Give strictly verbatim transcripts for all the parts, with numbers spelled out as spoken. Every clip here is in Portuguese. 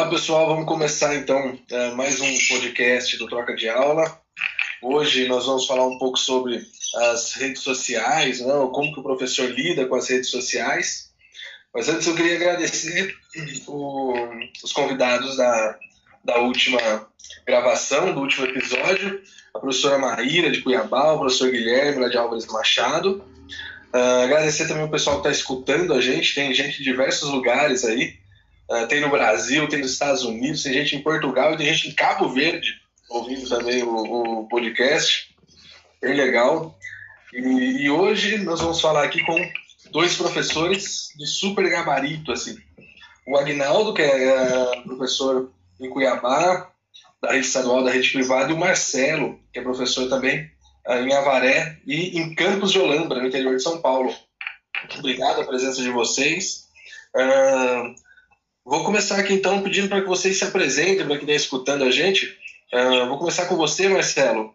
Olá pessoal, vamos começar então uh, mais um podcast do Troca de Aula. Hoje nós vamos falar um pouco sobre as redes sociais, né, como que o professor lida com as redes sociais. Mas antes eu queria agradecer o, os convidados da, da última gravação, do último episódio, a professora Maíra de Cuiabá, o professor Guilherme lá de Álvares Machado. Uh, agradecer também o pessoal que está escutando a gente, tem gente de diversos lugares aí. Uh, tem no Brasil, tem nos Estados Unidos, tem gente em Portugal e tem gente em Cabo Verde ouvindo também o, o podcast. Bem legal. E, e hoje nós vamos falar aqui com dois professores de super gabarito, assim. O Aguinaldo, que é professor em Cuiabá, da rede estadual, da rede privada, e o Marcelo, que é professor também uh, em Avaré e em Campos de Holambra, no interior de São Paulo. Muito obrigado pela presença de vocês. Uh, Vou começar aqui então pedindo para que vocês se apresentem, para quem está escutando a gente. Uh, vou começar com você, Marcelo.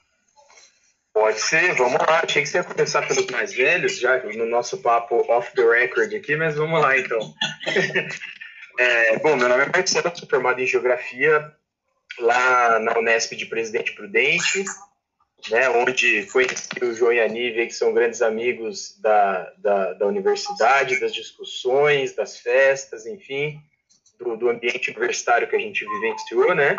Pode ser, vamos lá. Achei que você ia começar pelos mais velhos, já no nosso papo off the record aqui, mas vamos lá então. é, bom, meu nome é Marcelo, sou formado em Geografia lá na Unesp de Presidente Prudente, né, onde conheci o João e a Nívia, que são grandes amigos da, da, da universidade, das discussões, das festas, enfim, do, do ambiente universitário que a gente vivenciou, né?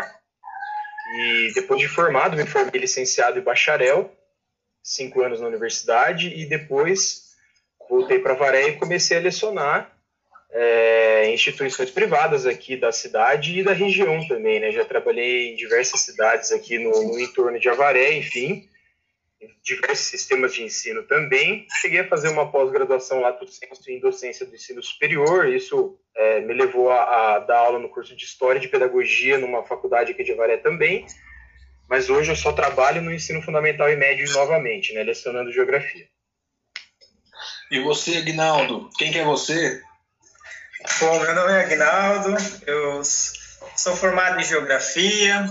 E depois de formado, me formei licenciado e bacharel, cinco anos na universidade, e depois voltei para Avaré e comecei a lecionar é, em instituições privadas aqui da cidade e da região também, né? Já trabalhei em diversas cidades aqui no, no entorno de Avaré, enfim, em diversos sistemas de ensino também. Cheguei a fazer uma pós-graduação lá em docência do ensino superior, isso é, me levou a, a dar aula no curso de História e de Pedagogia numa faculdade aqui de Avaré também, mas hoje eu só trabalho no ensino fundamental e médio novamente, né, lecionando Geografia. E você, Aguinaldo, quem que é você? Bom, meu nome é Aguinaldo, eu sou formado em Geografia,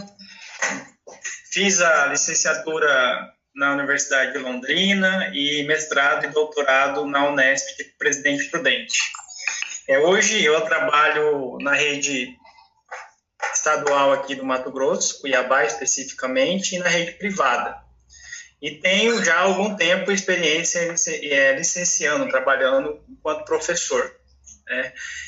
fiz a licenciatura na Universidade de Londrina e mestrado e doutorado na Unesp de Presidente Prudente. É, hoje eu trabalho na rede estadual aqui do Mato Grosso, Cuiabá especificamente, e na rede privada. E tenho já há algum tempo experiência licenciando, trabalhando enquanto professor. É,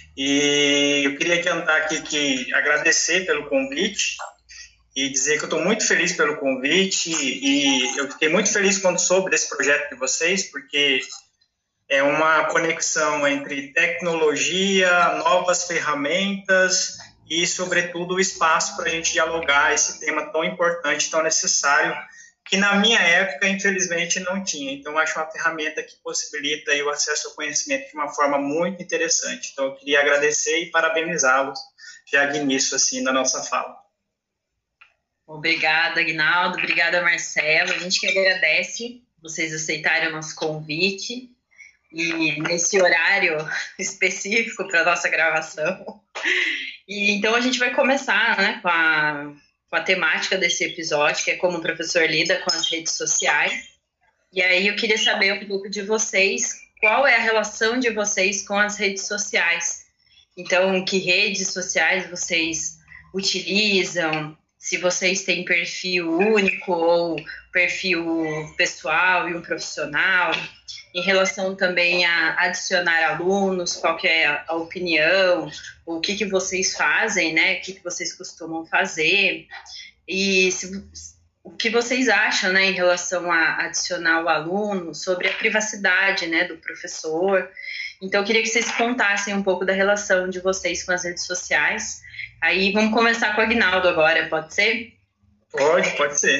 e eu queria adiantar aqui que agradecer pelo convite e dizer que eu estou muito feliz pelo convite e eu fiquei muito feliz quando soube desse projeto de vocês, porque é uma conexão entre tecnologia, novas ferramentas e, sobretudo, o espaço para a gente dialogar esse tema tão importante, tão necessário, que na minha época, infelizmente, não tinha. Então, acho uma ferramenta que possibilita aí o acesso ao conhecimento de uma forma muito interessante. Então, eu queria agradecer e parabenizá-los já de início, assim, na nossa fala. Obrigada, Aguinaldo. Obrigada, Marcelo. A gente que agradece vocês aceitarem o nosso convite e nesse horário específico para a nossa gravação. E, então, a gente vai começar, né, com a... com a temática desse episódio, que é como o professor lida com as redes sociais. E aí eu queria saber um pouco de vocês, qual é a relação de vocês com as redes sociais? Então, que redes sociais vocês utilizam? Se vocês têm perfil único ou perfil pessoal e um profissional? Em relação também a adicionar alunos, qual que é a opinião, o que, que vocês fazem, né? O que, que vocês costumam fazer, e se, o que vocês acham, né, em relação a adicionar o aluno, sobre a privacidade, né, do professor. Então, eu queria que vocês contassem um pouco da relação de vocês com as redes sociais. Aí, vamos começar com o Aguinaldo agora, pode ser? Pode, pode ser.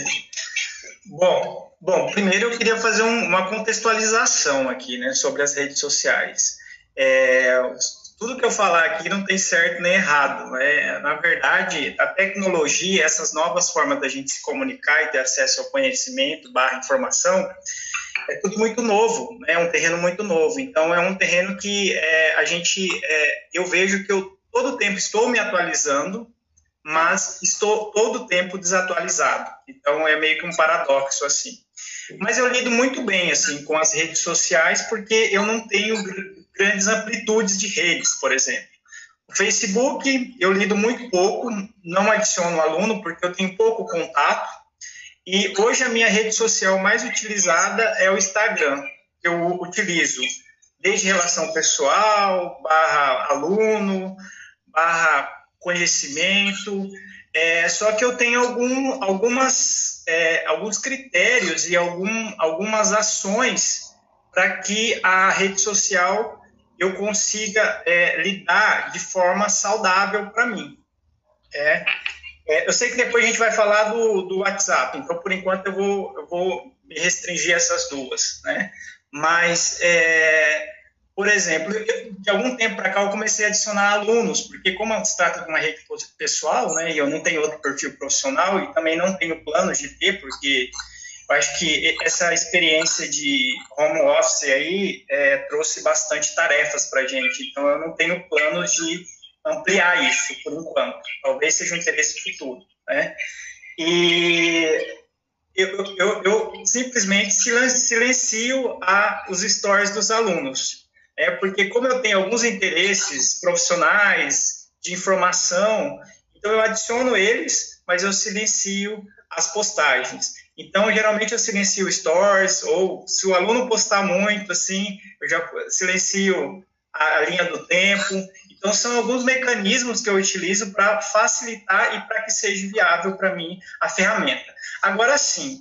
Bom, bom, primeiro eu queria fazer um, uma contextualização aqui, né, sobre as redes sociais. É, tudo que eu falar aqui não tem certo nem errado. Né? Na verdade, a tecnologia, essas novas formas da gente se comunicar e ter acesso ao conhecimento, barra informação, é tudo muito novo, né? É um terreno muito novo. Então, é um terreno que é, a gente, é, eu vejo que eu todo o tempo estou me atualizando, mas estou todo o tempo desatualizado. Então, é meio que um paradoxo, assim. Mas eu lido muito bem, assim, com as redes sociais, porque eu não tenho grandes amplitudes de redes, por exemplo. O Facebook eu lido muito pouco, não adiciono aluno porque eu tenho pouco contato. E hoje a minha rede social mais utilizada é o Instagram, que eu utilizo desde relação pessoal, barra aluno, barra conhecimento. É, só que eu tenho algum, algumas, é, alguns critérios e algum, algumas ações para que a rede social eu consiga é, lidar de forma saudável para mim. É, é, eu sei que depois a gente vai falar do, do WhatsApp, então por enquanto eu vou, eu vou me restringir a essas duas, né? Mas, é, por exemplo, eu, de algum tempo para cá eu comecei a adicionar alunos, porque como se trata de uma rede pessoal, né, e eu não tenho outro perfil profissional e também não tenho planos de ter, porque eu acho que essa experiência de home office aí é, trouxe bastante tarefas para a gente, então eu não tenho planos de ampliar isso por enquanto, talvez seja um interesse futuro, né? E eu, eu, eu simplesmente silencio a, os stories dos alunos, é porque como eu tenho alguns interesses profissionais de informação, então eu adiciono eles, mas eu silencio as postagens. Então, geralmente eu silencio stories, ou se o aluno postar muito, assim, eu já silencio a, a linha do tempo. Então, são alguns mecanismos que eu utilizo para facilitar e para que seja viável para mim a ferramenta. Agora, sim,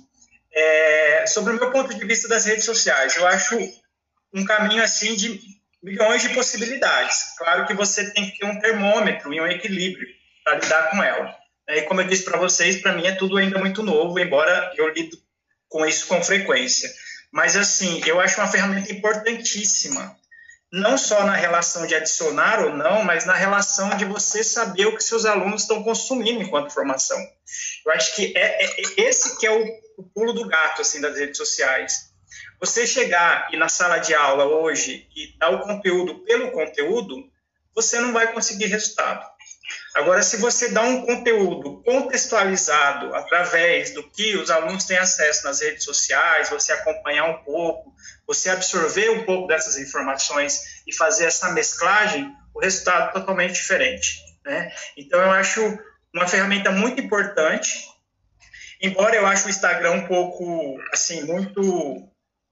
é, sobre o meu ponto de vista das redes sociais, eu acho um caminho, assim, de milhões de possibilidades. Claro que você tem que ter um termômetro e um equilíbrio para lidar com ela. E como eu disse para vocês, para mim é tudo ainda muito novo, embora eu lido com isso com frequência. Mas, assim, eu acho uma ferramenta importantíssima, não só na relação de adicionar ou não, mas na relação de você saber o que seus alunos estão consumindo enquanto formação. Eu acho que é, é esse que é o, o pulo do gato, assim, das redes sociais. Você chegar e na sala de aula hoje e dar o conteúdo pelo conteúdo, você não vai conseguir resultado. Agora, se você dá um conteúdo contextualizado através do que os alunos têm acesso nas redes sociais, você acompanhar um pouco, você absorver um pouco dessas informações e fazer essa mesclagem, o resultado é totalmente diferente, né? Então, eu acho uma ferramenta muito importante, embora eu ache o Instagram um pouco, assim, muito...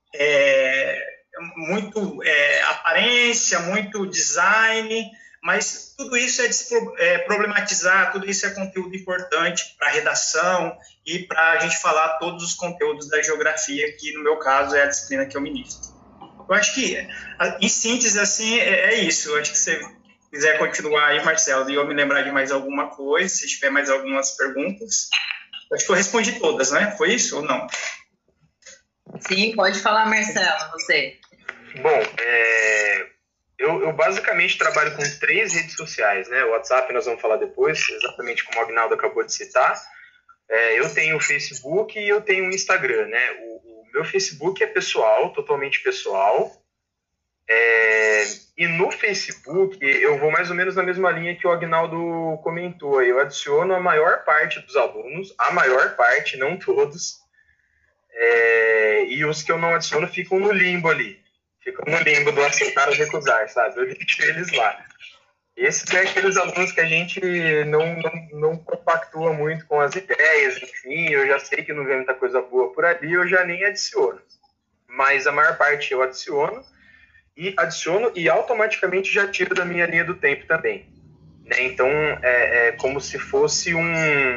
É, muito é, aparência, muito design... Mas tudo isso é, é problematizar, tudo isso é conteúdo importante para a redação e para a gente falar todos os conteúdos da geografia, que no meu caso é a disciplina que eu ministro. Eu acho que, em síntese, assim, é, é isso. Eu acho que se você quiser continuar aí, Marcelo, e eu me lembrar de mais alguma coisa, se tiver mais algumas perguntas. Acho que eu respondi todas, né? Foi isso ou não? Sim, pode falar, Marcelo, você. Bom, é... Eu, eu basicamente trabalho com três redes sociais, né? O WhatsApp nós vamos falar depois, exatamente como o Agnaldo acabou de citar. É, eu tenho o Facebook e eu tenho o Instagram, né? O, o meu Facebook é pessoal, totalmente pessoal. É, e no Facebook eu vou mais ou menos na mesma linha que o Agnaldo comentou. Eu adiciono a maior parte dos alunos, a maior parte, não todos. É, e os que eu não adiciono ficam no limbo ali. Ficam no limbo do aceitar ou recusar, sabe? Eu deixo eles lá. Esses são aqueles alunos que a gente não, não, não compactua muito com as ideias, enfim, eu já sei que não vem muita coisa boa por ali, eu já nem adiciono. Mas a maior parte eu adiciono, e adiciono e automaticamente já tiro da minha linha do tempo também. Né? Então, é, é como se fosse um...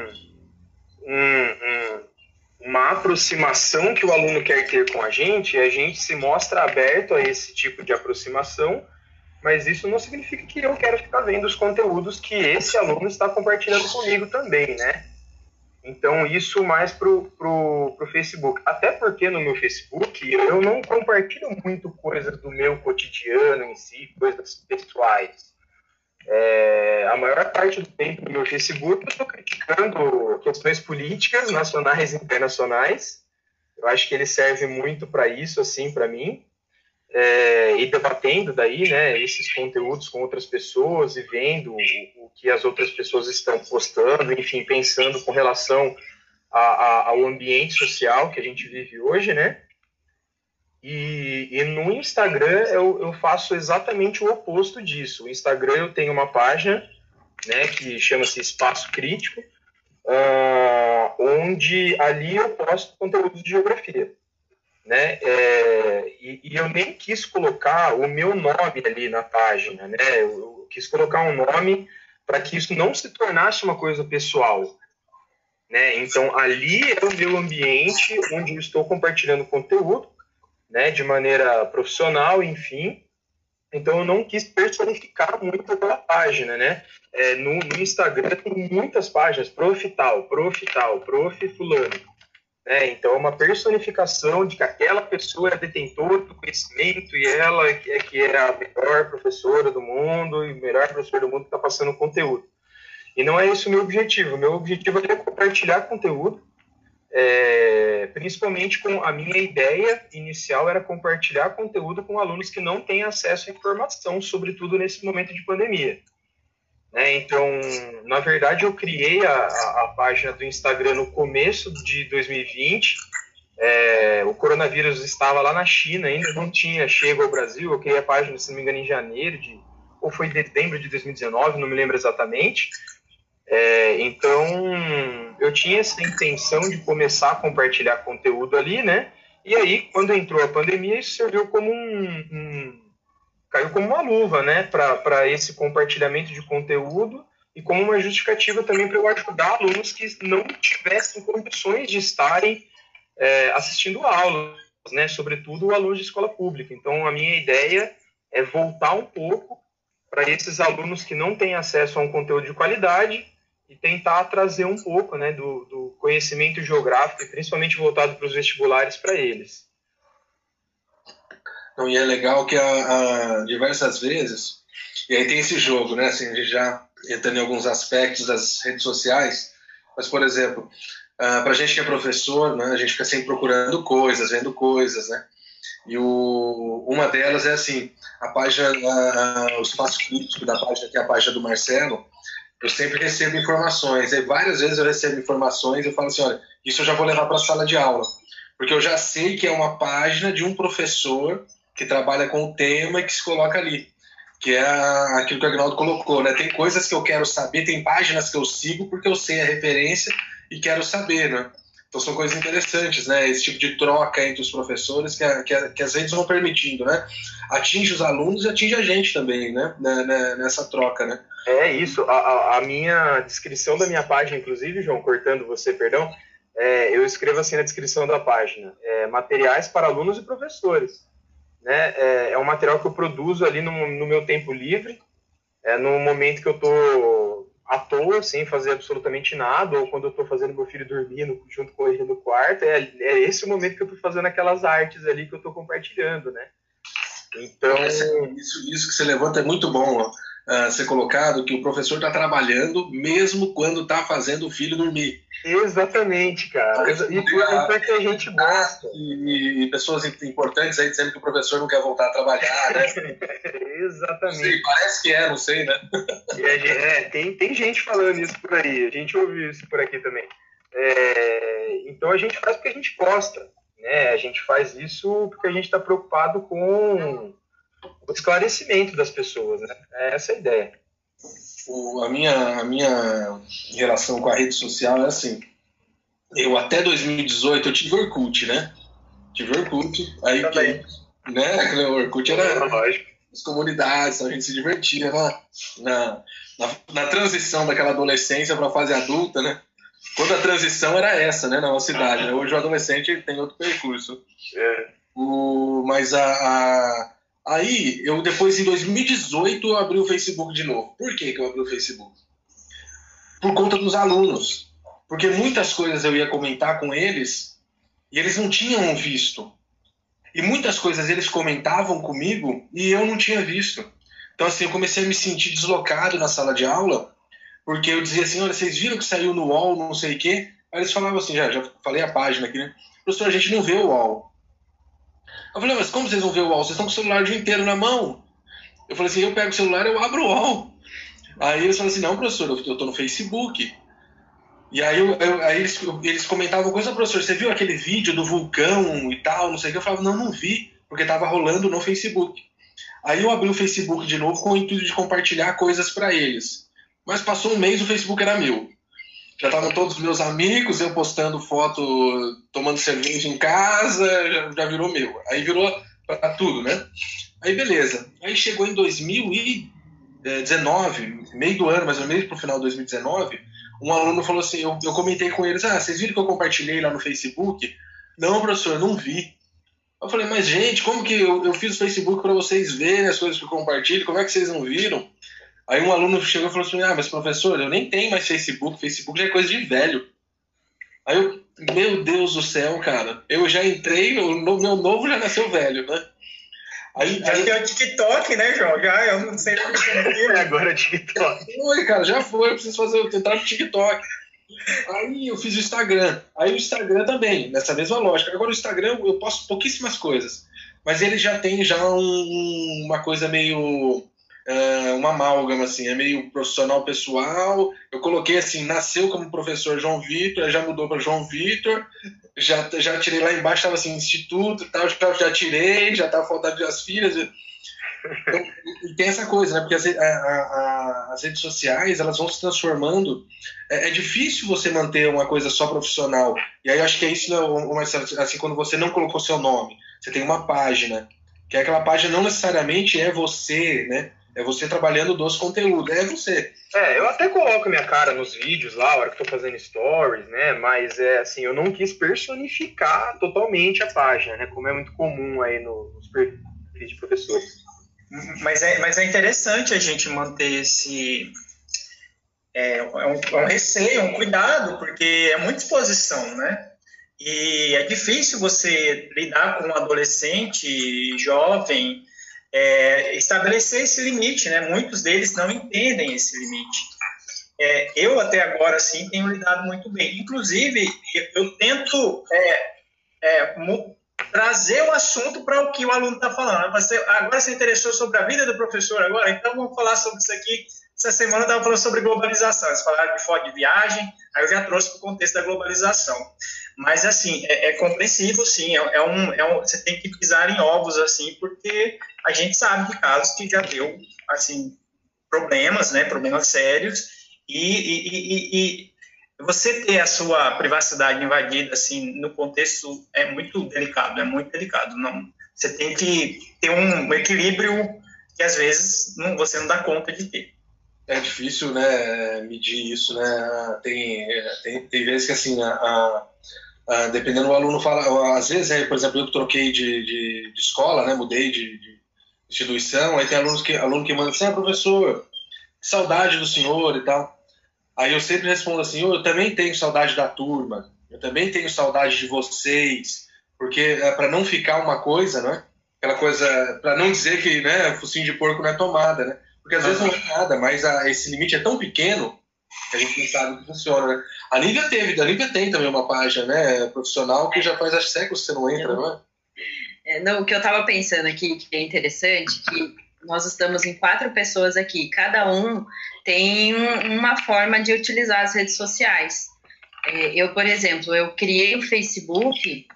um, um uma aproximação que o aluno quer ter com a gente, e a gente se mostra aberto a esse tipo de aproximação, mas isso não significa que eu quero ficar vendo os conteúdos que esse aluno está compartilhando comigo também, né? Então, isso mais pro, pro, pro Facebook. Até porque no meu Facebook eu não compartilho muito coisas do meu cotidiano em si, coisas pessoais. É, a maior parte do tempo no meu Facebook eu estou criticando questões políticas nacionais e internacionais. Eu acho que ele serve muito para isso, assim, para mim. É, e debatendo daí, né, esses conteúdos com outras pessoas e vendo o, o que as outras pessoas estão postando, enfim, pensando com relação a, a, ao ambiente social que a gente vive hoje, né? E, e no Instagram eu, eu faço exatamente o oposto disso. O Instagram eu tenho uma página, né, que chama-se Espaço Crítico, uh, onde ali eu posto conteúdo de geografia. Né? É, e, e eu nem quis colocar o meu nome ali na página, né? Eu, eu quis colocar um nome para que isso não se tornasse uma coisa pessoal. Né? Então, ali é o meu ambiente onde eu estou compartilhando conteúdo, né, de maneira profissional, enfim. Então, eu não quis personificar muito aquela página, né? É, no, no Instagram tem muitas páginas, prof tal, prof tal, prof fulano. É, então, é uma personificação de que aquela pessoa é detentora do conhecimento e ela é que é, que é a melhor professora do mundo e o melhor professor do mundo que está passando conteúdo. E não é esse o meu objetivo. O meu objetivo é compartilhar conteúdo, é, principalmente com a minha ideia inicial era compartilhar conteúdo com alunos que não têm acesso à informação, sobretudo nesse momento de pandemia. Né? Então, na verdade, eu criei a, a, a página do Instagram no começo de dois mil e vinte. É, o coronavírus estava lá na China, ainda não tinha chego ao Brasil. Eu criei a página, se não me engano, em janeiro, de, ou foi em dezembro de dois mil e dezenove, não me lembro exatamente. É, então, eu tinha essa intenção de começar a compartilhar conteúdo ali, né? E aí, quando entrou a pandemia, isso serviu como um... um caiu como uma luva, né? Para esse compartilhamento de conteúdo e como uma justificativa também para eu ajudar alunos que não tivessem condições de estarem é, assistindo aulas, né? Sobretudo alunos de escola pública. Então, a minha ideia é voltar um pouco para esses alunos que não têm acesso a um conteúdo de qualidade e tentar trazer um pouco, né, do, do conhecimento geográfico, e principalmente voltado para os vestibulares para eles. Então, e é legal que a, a, diversas vezes, e aí tem esse jogo, né, assim, a gente já entrando em alguns aspectos das redes sociais, mas, por exemplo, uh, para a gente que é professor, né, a gente fica sempre procurando coisas, vendo coisas, né, e o, uma delas é assim, a página, a, a, o espaço crítico da página, que é a página do Marcelo, eu sempre recebo informações, e várias vezes eu recebo informações e eu falo assim, olha, isso eu já vou levar para a sala de aula, porque eu já sei que é uma página de um professor que trabalha com o tema e que se coloca ali, que é aquilo que o Agnaldo colocou, né? Tem coisas que eu quero saber, tem páginas que eu sigo porque eu sei a referência e quero saber, né? Então são coisas interessantes, né? Esse tipo de troca entre os professores que, a, que, a, que as redes vão permitindo, né? Atinge os alunos e atinge a gente também, né? Nessa troca, né? É isso. A, a minha descrição da minha página, inclusive, João, cortando você, perdão, é, eu escrevo assim na descrição da página, é, materiais para alunos e professores. Né? É, é um material que eu produzo ali no, no meu tempo livre, é, no momento que eu estou à toa, sem fazer absolutamente nada, ou quando eu estou fazendo meu filho dormir no, junto com ele no quarto, é, é esse o momento que eu estou fazendo aquelas artes ali que eu estou compartilhando, né? Então... Isso, isso que você levanta é muito bom, ó. Uh, ser colocado que o professor está trabalhando mesmo quando está fazendo o filho dormir. Exatamente, cara. E por que a gente gosta. E, e pessoas importantes aí dizendo que o professor não quer voltar a trabalhar, né? Exatamente. Sei, parece que é, não sei, né? É, tem, tem gente falando isso por aí, a gente ouviu isso por aqui também. É, então a gente faz porque a gente gosta, né? A gente faz isso porque a gente está preocupado com o esclarecimento das pessoas, né? É essa a ideia. O, a, minha, a minha relação com a rede social é assim, eu até dois mil e dezoito eu tive Orkut, né? Tive Orkut, aí que, né? O Orkut era as comunidades, a gente se divertia na, na, na, na transição daquela adolescência para a fase adulta, né? Quando a transição era essa, né, na nossa idade, né? Hoje o adolescente tem outro percurso. É. O, mas a... a Aí, eu depois, em dois mil e dezoito, eu abri o Facebook de novo. Por que que eu abri o Facebook? Por conta dos alunos. Porque muitas coisas eu ia comentar com eles e eles não tinham visto. E muitas coisas eles comentavam comigo e eu não tinha visto. Então, assim, eu comecei a me sentir deslocado na sala de aula, porque eu dizia assim, olha, vocês viram que saiu no U O L, não sei o quê? Aí eles falavam assim, já, já falei a página aqui, né? Professor, a gente não vê o U O L. Eu falei, mas como vocês vão ver o U O L? Vocês estão com o celular o dia inteiro na mão. Eu falei assim, eu pego o celular e eu abro o U O L. Aí eles falaram assim, não, professor, eu estou no Facebook. E aí, eu, eu, aí eles, eles comentavam coisa, professor, você viu aquele vídeo do vulcão e tal, não sei o que? Eu falava, não, não vi, porque estava rolando no Facebook. Aí eu abri o Facebook de novo com o intuito de compartilhar coisas para eles. Mas passou um mês, o Facebook era meu. Já estavam todos os meus amigos, eu postando foto, tomando cerveja em casa, já, já virou meu. Aí virou para tudo, né? Aí beleza. Aí chegou em dois mil e dezenove, meio do ano, mais ou menos pro final de dois mil e dezenove, um aluno falou assim, eu, eu comentei com eles, ah, vocês viram que eu compartilhei lá no Facebook? Não, professor, eu não vi. Eu falei, mas gente, como que eu, eu fiz o Facebook para vocês verem as coisas que eu compartilho, como é que vocês não viram? Aí um aluno chegou e falou assim, ah, mas professor, eu nem tenho mais Facebook, Facebook já é coisa de velho. Aí eu, meu Deus do céu, cara, eu já entrei, o meu novo já nasceu velho, né? Aí, já aí... tem o TikTok, né, João? Já, eu não sei como é agora é TikTok. Foi, cara, já foi, eu preciso fazer, eu tentar no TikTok. Aí eu fiz o Instagram. Aí o Instagram também, nessa mesma lógica. Agora o Instagram eu posto pouquíssimas coisas, mas ele já tem já um, uma coisa meio... Uh, uma amálgama, assim, é meio profissional pessoal. Eu coloquei assim, nasceu como professor João Vitor, já mudou para João Vitor, já, já tirei lá embaixo, estava assim, instituto e tal, já, já tirei, já estava faltando as filhas. Então, e tem essa coisa, né? Porque as, a, a, as redes sociais, elas vão se transformando. É, é difícil você manter uma coisa só profissional. E aí eu acho que é isso, né, assim, quando você não colocou seu nome, você tem uma página, que aquela página não necessariamente é você, né? É você trabalhando dos conteúdos, é você. É, eu até coloco minha cara nos vídeos lá, a hora que eu tô fazendo stories, né? Mas é assim, eu não quis personificar totalmente a página, né? Como é muito comum aí nos perfis de professores. Mas é, mas é interessante a gente manter esse... É, é, um, é um receio, um cuidado, porque é muita exposição, né? E é difícil você lidar com um adolescente jovem... É, estabelecer esse limite, né? Muitos deles não entendem esse limite. É, eu até agora sim tenho lidado muito bem. Inclusive eu, eu tento é, é, trazer o assunto para o que o aluno está falando. Você, agora você interessou sobre a vida do professor agora, então vamos falar sobre isso aqui. Essa semana eu estava falando sobre globalização. Eles falaram de foto de viagem, aí eu já trouxe para o contexto da globalização. Mas, assim, é, é compreensível, sim. É, é um, é um, você tem que pisar em ovos, assim, porque a gente sabe de casos que já deu, assim, problemas, né? Problemas sérios. E, e, e, e você ter a sua privacidade invadida, assim, no contexto é muito delicado, é muito delicado. Não, você tem que ter um equilíbrio que, às vezes, não, você não dá conta de ter. É difícil, né, medir isso, né? Tem, tem, tem vezes que, assim, a... a... Uh, dependendo do aluno fala, às vezes, é, por exemplo, eu que troquei de, de, de escola, né, mudei de, de instituição, aí tem alunos que, aluno que manda assim, ah, professor, que saudade do senhor e tal. Aí eu sempre respondo assim, eu também tenho saudade da turma, eu também tenho saudade de vocês, porque é para não ficar uma coisa, né, aquela coisa, para não dizer que, né, focinho de porco não é tomada, né, porque às vezes não é nada, mas a, esse limite é tão pequeno que a gente não sabe que funciona, né? A Nívia teve, a Nívia tem também uma página, né, profissional que já faz acho séculos que você não entra, não é? É, não, o que eu estava pensando aqui, que é interessante, que nós estamos em quatro pessoas aqui, cada um tem um, uma forma de utilizar as redes sociais. É, eu, por exemplo, eu criei o Facebook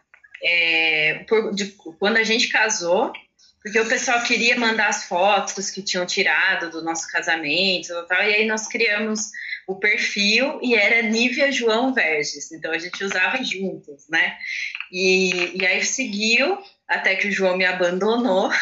é, por, de, quando a gente casou, porque o pessoal queria mandar as fotos que tinham tirado do nosso casamento e tal, e aí nós criamos o perfil e era Nívia João Verges, então a gente usava juntos, né? E, e aí seguiu até que o João me abandonou.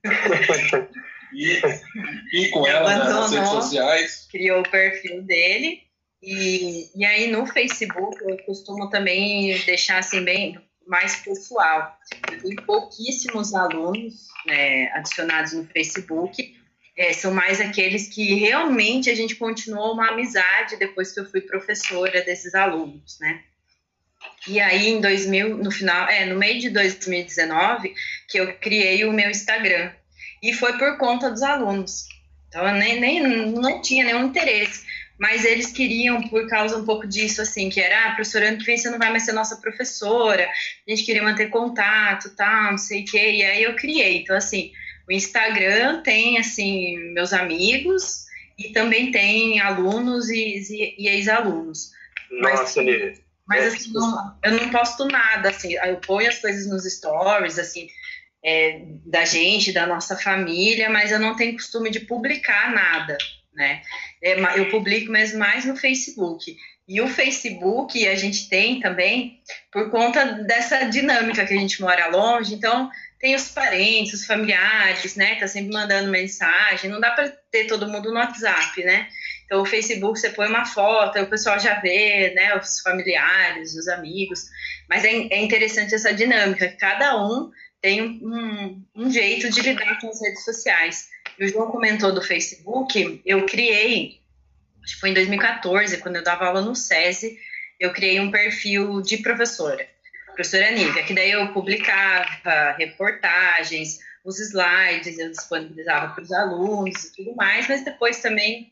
E, e com ela abandonou, nas redes sociais. Criou o perfil dele. E, e aí no Facebook eu costumo também deixar assim bem mais pessoal. Eu tenho pouquíssimos alunos, né, adicionados no Facebook. É, são mais aqueles que realmente a gente continuou uma amizade depois que eu fui professora desses alunos, né? E aí em dois mil, no final, é, no meio de dois mil e dezenove, que eu criei o meu Instagram. E foi por conta dos alunos. Então eu nem, nem não tinha nenhum interesse. Mas eles queriam, por causa um pouco disso, assim, que era, ah, professora, ano que vem você não vai mais ser nossa professora, a gente queria manter contato, tal, não sei o quê, e aí eu criei. Então, assim, o Instagram tem, assim, meus amigos e também tem alunos e, e, e ex-alunos. Nossa, Nívia. Mas, assim, não, eu não posto nada, assim, eu ponho as coisas nos stories, assim, é, da gente, da nossa família, mas eu não tenho costume de publicar nada, né? É, eu publico mesmo mais no Facebook. E o Facebook a gente tem também por conta dessa dinâmica que a gente mora longe, então tem os parentes, os familiares, né? Tá sempre mandando mensagem, não dá para ter todo mundo no WhatsApp, né? Então o Facebook você põe uma foto, aí o pessoal já vê, né? Os familiares, os amigos, mas é, é interessante essa dinâmica, cada um tem um, um jeito de lidar com as redes sociais. E o João comentou do Facebook, eu criei, acho que foi em dois mil e quatorze, quando eu dava aula no SESI, eu criei um perfil de professora, professora Nívia, que daí eu publicava reportagens, os slides, eu disponibilizava para os alunos e tudo mais, mas depois também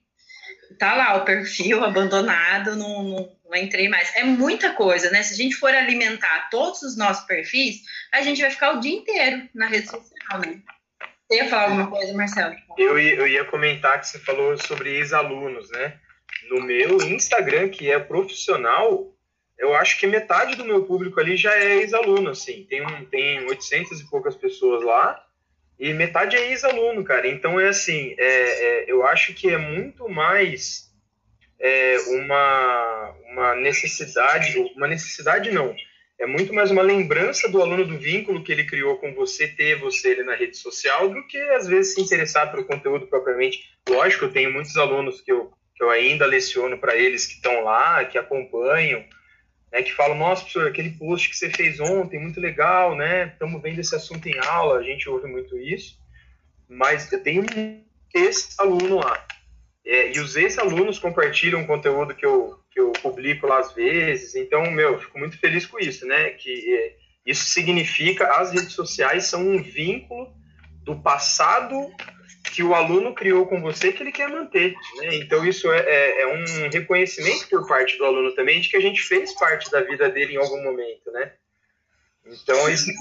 tá lá o perfil abandonado, não, não, não entrei mais. É muita coisa, né? Se a gente for alimentar todos os nossos perfis, a gente vai ficar o dia inteiro na rede social, né? Você ia falar alguma coisa, Marcelo? Eu ia, eu ia comentar que você falou sobre ex-alunos, né? No meu Instagram, que é profissional, eu acho que metade do meu público ali já é ex-aluno, assim. Tem, um, tem oitocentas e poucas pessoas lá, e metade é ex-aluno, cara. Então, é assim, é, é, eu acho que é muito mais é, uma, uma necessidade, uma necessidade não, é muito mais uma lembrança do aluno do vínculo que ele criou com você, ter você ali na rede social, do que, às vezes, se interessar pelo conteúdo propriamente. Lógico, eu tenho muitos alunos que eu, que eu ainda leciono para eles, que estão lá, que acompanham, né, que falam, nossa, professor, aquele post que você fez ontem, muito legal, né? Estamos vendo esse assunto em aula, a gente ouve muito isso, mas eu tenho esse aluno lá. É, e os ex-alunos compartilham o conteúdo que eu, que eu publico lá às vezes, então, meu, fico muito feliz com isso, né? Que é, isso significa, as redes sociais são um vínculo do passado que o aluno criou com você que ele quer manter, né? Então isso é, é, é um reconhecimento por parte do aluno também de que a gente fez parte da vida dele em algum momento, né? Então esse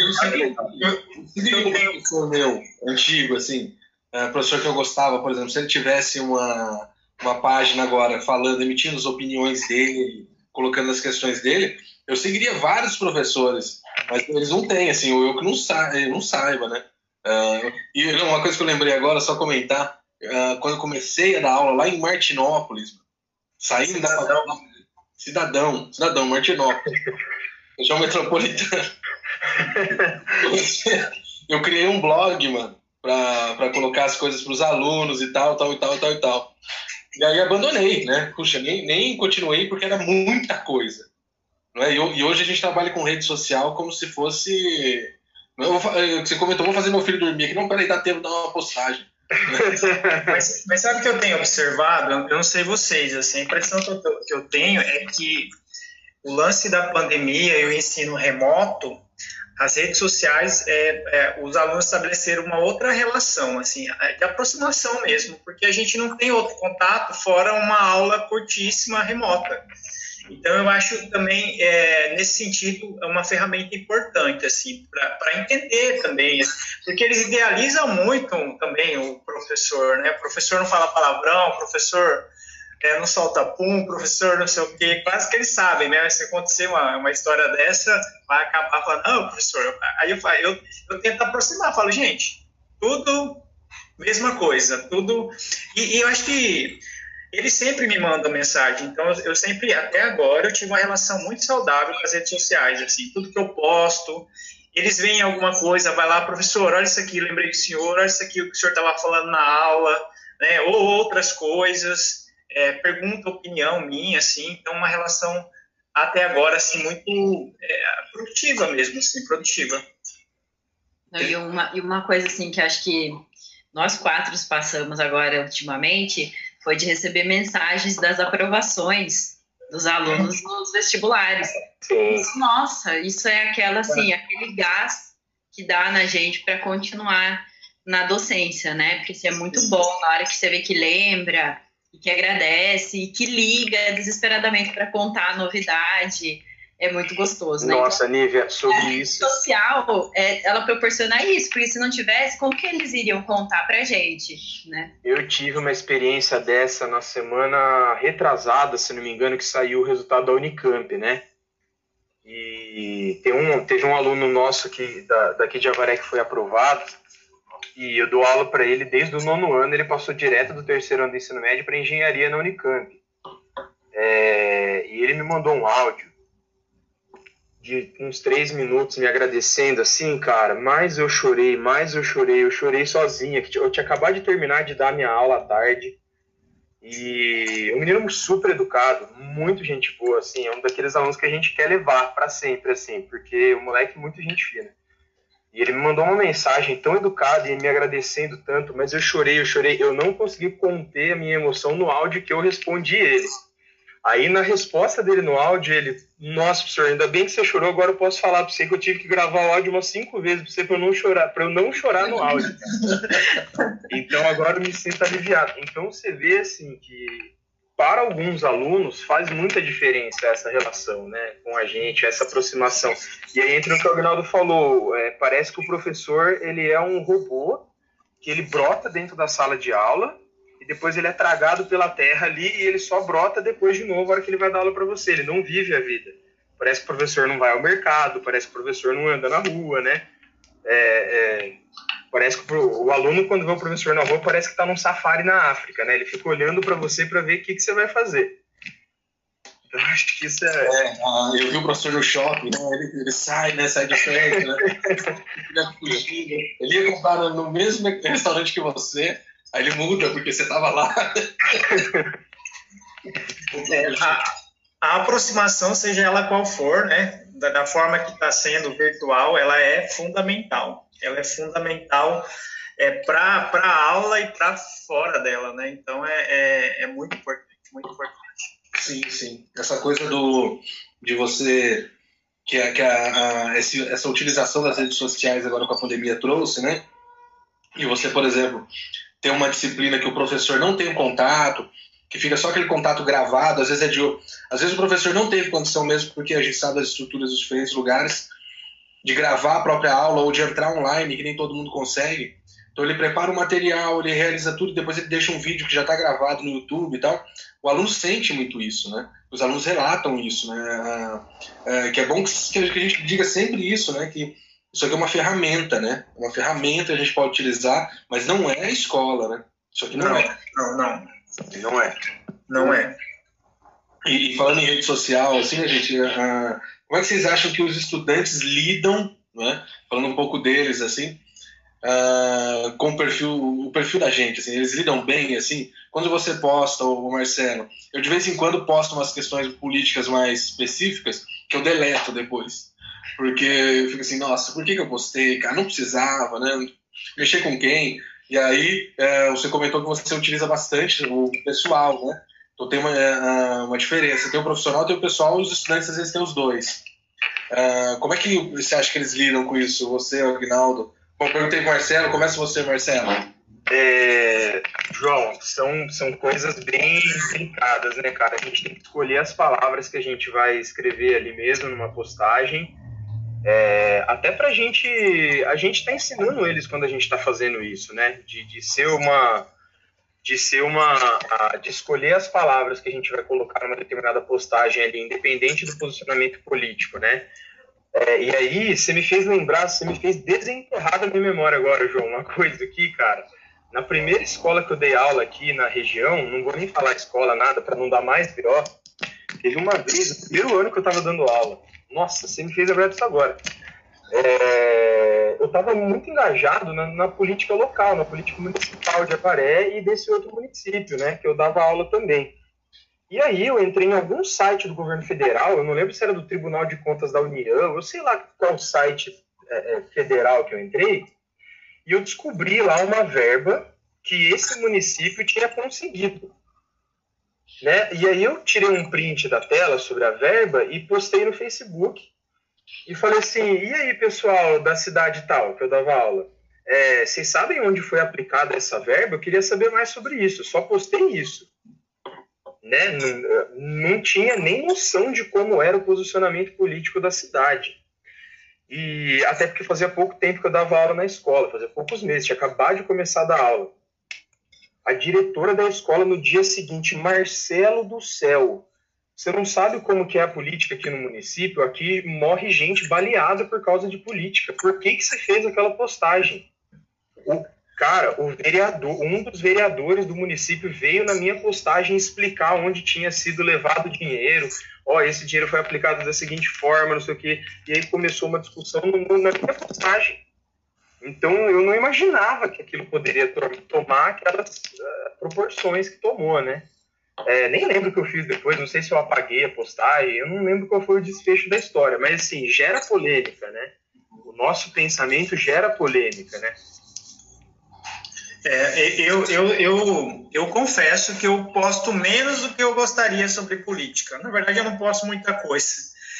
eu segui um professor meu antigo, assim, uh, professor que eu gostava, por exemplo, se ele tivesse uma, uma página agora falando, emitindo as opiniões dele, colocando as questões dele, eu seguiria vários professores, mas eles não têm, assim, ou eu que não, sa não saiba, né? Uh, e uma coisa que eu lembrei agora, só comentar, uh, quando eu comecei a dar aula lá em Martinópolis, saindo cidadão. da cidadão, cidadão, Martinópolis, região metropolitana, eu criei um blog, mano, pra, pra colocar as coisas pros alunos e tal, tal, e tal, tal, e tal. E aí abandonei, né? Puxa, nem, nem continuei porque era muita coisa. Não é? E, e hoje a gente trabalha com rede social como se fosse... Eu vou, você comentou, vou fazer meu filho dormir aqui. Não, peraí, dá tempo de dar uma postagem. mas, mas sabe o que eu tenho observado? Eu não sei vocês, assim, a impressão que eu, que eu tenho é que o lance da pandemia e o ensino remoto, as redes sociais, é, é, os alunos estabeleceram uma outra relação, assim, de aproximação mesmo, porque a gente não tem outro contato fora uma aula curtíssima remota. Então, eu acho também, é, nesse sentido, é uma ferramenta importante, assim, para entender também, porque eles idealizam muito também o professor, né? O professor não fala palavrão, o professor é, não solta pum, o professor não sei o quê, quase que eles sabem, né? Se acontecer uma, uma história dessa, vai acabar falando, não, professor, aí eu, eu, eu tento aproximar, falo, gente, tudo mesma coisa, tudo, e, e eu acho que eles sempre me mandam mensagem, então eu sempre, até agora, eu tive uma relação muito saudável com as redes sociais, assim, tudo que eu posto, eles veem alguma coisa, vai lá, professor, olha isso aqui, lembrei do senhor, olha isso aqui, o que o senhor estava falando na aula, né, ou outras coisas, é, pergunta opinião minha, assim, então uma relação, até agora, assim, muito é, produtiva mesmo, assim, produtiva. E uma, e uma coisa, assim, que acho que nós quatro passamos agora, ultimamente, foi de receber mensagens das aprovações dos alunos nos vestibulares. Isso, nossa, isso é aquela, assim, aquele gás que dá na gente para continuar na docência, né? Porque isso é muito bom na hora que você vê que lembra, e que agradece, e que liga desesperadamente para contar a novidade. é muito gostoso, né? Nossa, então, Nívia, sobre a rede isso... social, é, ela proporciona isso, porque se não tivesse, como que eles iriam contar pra gente, né? Eu tive uma experiência dessa na semana retrasada, se não me engano, que saiu o resultado da Unicamp, né? E tem um, teve um aluno nosso aqui, da, daqui de Avaré que foi aprovado, e eu dou aula para ele desde o nono ano, ele passou direto do terceiro ano do ensino médio para engenharia na Unicamp. É, e ele me mandou um áudio de uns três minutos me agradecendo, assim, cara, mais eu chorei, mais eu chorei, eu chorei sozinha, que eu tinha acabado de terminar de dar minha aula à tarde, e um menino super educado, muito gente boa, assim, é um daqueles alunos que a gente quer levar para sempre, assim, porque o moleque é muito gente fina. E ele me mandou uma mensagem tão educada e me agradecendo tanto, mas eu chorei, eu chorei, eu não consegui conter a minha emoção no áudio que eu respondi ele. Aí, na resposta dele no áudio, ele... Nossa, professor, ainda bem que você chorou, agora eu posso falar para você que eu tive que gravar o áudio umas cinco vezes para você para eu não chorar, para eu não chorar no áudio. Então, agora eu me sinto aliviado. Então, você vê, assim, que para alguns alunos faz muita diferença essa relação, né, com a gente, essa aproximação. E aí entra o que o Agnaldo falou, é, parece que o professor, ele é um robô, que ele brota dentro da sala de aula, e depois ele é tragado pela terra ali e ele só brota depois de novo, a hora que ele vai dar aula para você. Ele não vive a vida. Parece que o professor não vai ao mercado, parece que o professor não anda na rua, né? É, é, parece que o, o aluno, quando vê o professor na rua, parece que está num safari na África, né? Ele fica olhando para você para ver o que, que você vai fazer. Eu acho que isso é... é eu vi o professor no shopping, né? ele, ele sai, né? Sai de perto, né? Ele ia comprar no mesmo restaurante que você... Aí ele muda, porque você estava lá. É, a, a aproximação, seja ela qual for, né, da, da forma que está sendo virtual, ela é fundamental. Ela é fundamental é, para a aula e para fora dela, né? Então, é, é, é muito importante, muito importante. Sim, sim. Essa coisa do, de você... Que, a, que a, a, esse, essa utilização das redes sociais agora com a pandemia trouxe, né? E você, por exemplo... tem uma disciplina que o professor não tem um contato, que fica só aquele contato gravado, às vezes é de... Às vezes o professor não teve condição mesmo, porque a gente sabe das estruturas dos diferentes lugares, de gravar a própria aula ou de entrar online, que nem todo mundo consegue. Então ele prepara o material, ele realiza tudo, depois ele deixa um vídeo que já está gravado no YouTube e tal. O aluno sente muito isso, né? Os alunos relatam isso, né? É, que é bom que a gente diga sempre isso, né? Que isso aqui é uma ferramenta, né? Uma ferramenta que a gente pode utilizar, mas não é a escola, né? Isso aqui não, não é. Não, não. Não é. Não é. E, e falando em rede social, assim, a gente, uh, como é que vocês acham que os estudantes lidam, né? Falando um pouco deles, assim, uh, com o perfil, o perfil da gente, assim, eles lidam bem, assim? Quando você posta, o Marcelo, eu de vez em quando posto umas questões políticas mais específicas que eu deleto depois. Porque eu fico assim, nossa, por que, que eu postei? Cara, não precisava, né? Mexer com quem? E aí, é, você comentou que você utiliza bastante o pessoal, né? Então tem uma, é, uma diferença. Tem o profissional, tem o pessoal, e os estudantes às vezes têm os dois. É, como é que você acha que eles lidam com isso? Você, Agnaldo? Bom, perguntei pro Marcelo, começa você, Marcelo. É, João, são, são coisas bem delicadas, né, cara? A gente tem que escolher as palavras que a gente vai escrever ali mesmo numa postagem. É, até pra gente, a gente tá ensinando eles quando a gente tá fazendo isso, né, de, de ser uma, de ser uma, de escolher as palavras que a gente vai colocar numa determinada postagem ali, independente do posicionamento político, né, é, e aí você me fez lembrar, você me fez desenterrar da minha memória agora, João, uma coisa aqui, cara, na primeira escola que eu dei aula aqui na região, não vou nem falar escola, nada, para não dar mais B O, teve uma vez, no primeiro ano que eu tava dando aula. Nossa, você me fez lembrar disso agora. É, eu estava muito engajado na, na política local, na política municipal de Avaré e desse outro município, né, que eu dava aula também. E aí eu entrei em algum site do governo federal, eu não lembro se era do Tribunal de Contas da União, eu sei lá qual site é, é, federal que eu entrei, e eu descobri lá uma verba que esse município tinha conseguido. Né? E aí eu tirei um print da tela sobre a verba e postei no Facebook e falei assim, e aí pessoal da cidade tal, que eu dava aula, é, vocês sabem onde foi aplicada essa verba? Eu queria saber mais sobre isso, só postei isso. né? Não, não tinha nem noção de como era o posicionamento político da cidade. E até porque fazia pouco tempo que eu dava aula na escola, fazia poucos meses, tinha acabado de começar a dar aula. A diretora da escola no dia seguinte, Marcelo do céu, você não sabe como que é a política aqui no município, aqui morre gente baleada por causa de política. Por que que você fez aquela postagem? O cara, o vereador, um dos vereadores do município veio na minha postagem explicar onde tinha sido levado o dinheiro. Ó, oh, esse dinheiro foi aplicado da seguinte forma, não sei o quê. E aí começou uma discussão no, na minha postagem. Então, eu não imaginava que aquilo poderia tomar aquelas uh, proporções que tomou, né? É, nem lembro o que eu fiz depois, não sei se eu apaguei a postagem, eu não lembro qual foi o desfecho da história, mas, assim, gera polêmica, né? O nosso pensamento gera polêmica, né? É, eu, eu, eu, eu confesso que eu posto menos do que eu gostaria sobre política. Na verdade, eu não posto muita coisa.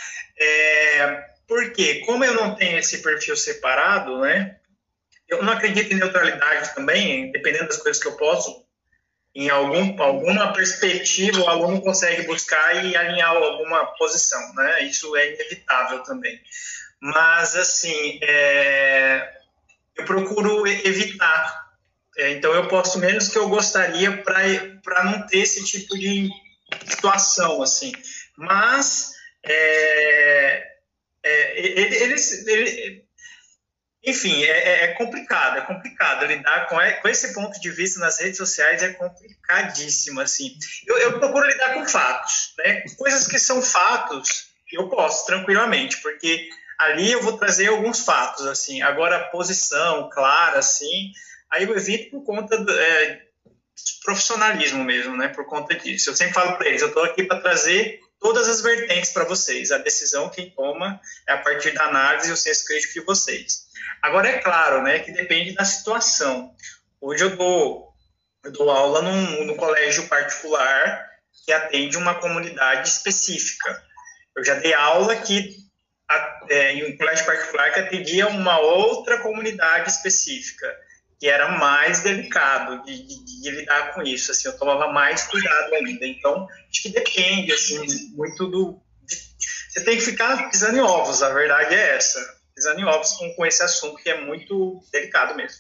É, porque, como eu não tenho esse perfil separado, né? Eu não acredito em neutralidade também, dependendo das coisas que eu posto. Em algum, alguma perspectiva, o aluno consegue buscar e alinhar alguma posição, né? Isso é inevitável também. Mas, assim, é, eu procuro evitar. É, então, eu posto menos que eu gostaria para não ter esse tipo de situação, assim. Mas, é, é, eles... eles Enfim, é, é complicado, é complicado lidar com, com esse ponto de vista nas redes sociais, é complicadíssimo, assim. Eu, eu procuro lidar com fatos, né? Coisas que são fatos, eu posso, tranquilamente, porque ali eu vou trazer alguns fatos, assim. Agora, a posição clara, assim, aí eu evito por conta do é, profissionalismo mesmo, né? Por conta disso. Eu sempre falo para eles, eu estou aqui para trazer todas as vertentes para vocês. A decisão quem toma é a partir da análise e o senso crítico de vocês. Agora, é claro, né, que depende da situação. Hoje eu dou, eu dou aula num, num colégio particular que atende uma comunidade específica. Eu já dei aula que, é, em um colégio particular que atendia uma outra comunidade específica, que era mais delicado de, de, de lidar com isso. Assim, eu tomava mais cuidado ainda. Então, acho que depende assim, muito do... De, você tem que ficar pisando em ovos, a verdade é essa. Pisando em ovos com, com esse assunto que é muito delicado mesmo.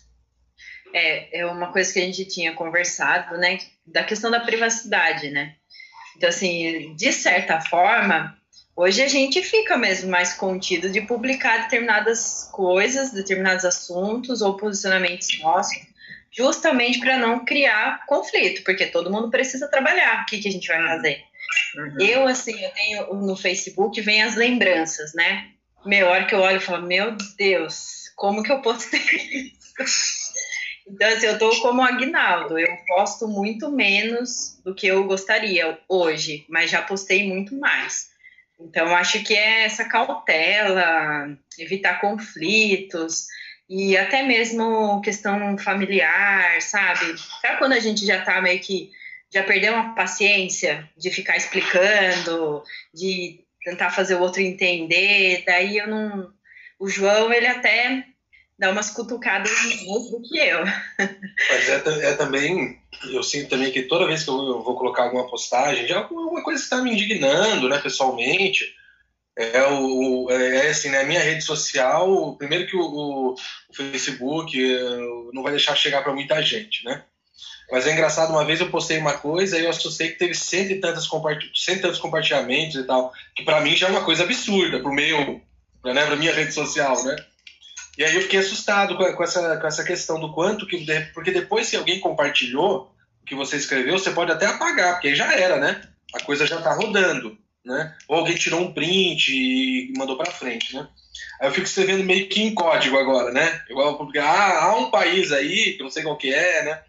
É, é uma coisa que a gente tinha conversado, né, da questão da privacidade, né? Então, assim, de certa forma, hoje a gente fica mesmo mais contido de publicar determinadas coisas, determinados assuntos ou posicionamentos nossos, justamente para não criar conflito, porque todo mundo precisa trabalhar. O que, que a gente vai fazer? Uhum. Eu, assim, eu tenho no Facebook, vem as lembranças, né? Meia hora que eu olho e falo, meu Deus, como que eu postei isso? Então, assim, eu tô como Aguinaldo, eu posto muito menos do que eu gostaria hoje, mas já postei muito mais. Então, acho que é essa cautela, evitar conflitos e até mesmo questão familiar, sabe? Sabe quando a gente já tá meio que, já perdeu uma paciência de ficar explicando, de tentar fazer o outro entender, daí eu não... O João, ele até dá umas cutucadas mais do que eu. Mas é, é também, eu sinto também que toda vez que eu vou colocar alguma postagem, de alguma coisa que está me indignando, né, pessoalmente, é, o, é assim, né, a minha rede social, primeiro que o, o, o Facebook não vai deixar chegar para muita gente, né? Mas é engraçado, uma vez eu postei uma coisa e eu assustei que teve cento e tantos, compartilh... cento e tantos compartilhamentos e tal, que pra mim já é uma coisa absurda, pro meu, né, pra minha rede social, né? E aí eu fiquei assustado com, com, essa, com essa questão do quanto que... Porque depois, se alguém compartilhou o que você escreveu, você pode até apagar, porque aí já era, né? A coisa já tá rodando, né? Ou alguém tirou um print e mandou pra frente, né? Aí eu fico escrevendo meio que em código agora, né? Igual porque ah, há um país aí, que eu não sei qual que é, né?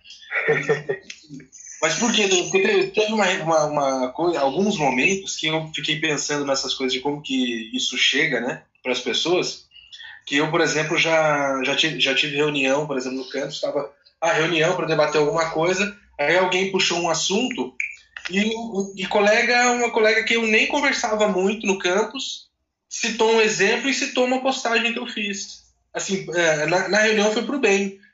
Mas por quê? Porque teve uma, uma, uma coisa, alguns momentos que eu fiquei pensando nessas coisas de como que isso chega, né, para as pessoas, que eu, por exemplo, já, já, tive, já tive reunião, por exemplo, no campus, estava a reunião para debater alguma coisa, aí alguém puxou um assunto e, e colega, uma colega que eu nem conversava muito no campus, citou um exemplo e citou uma postagem que eu fiz. Assim, na, na reunião foi pro bem.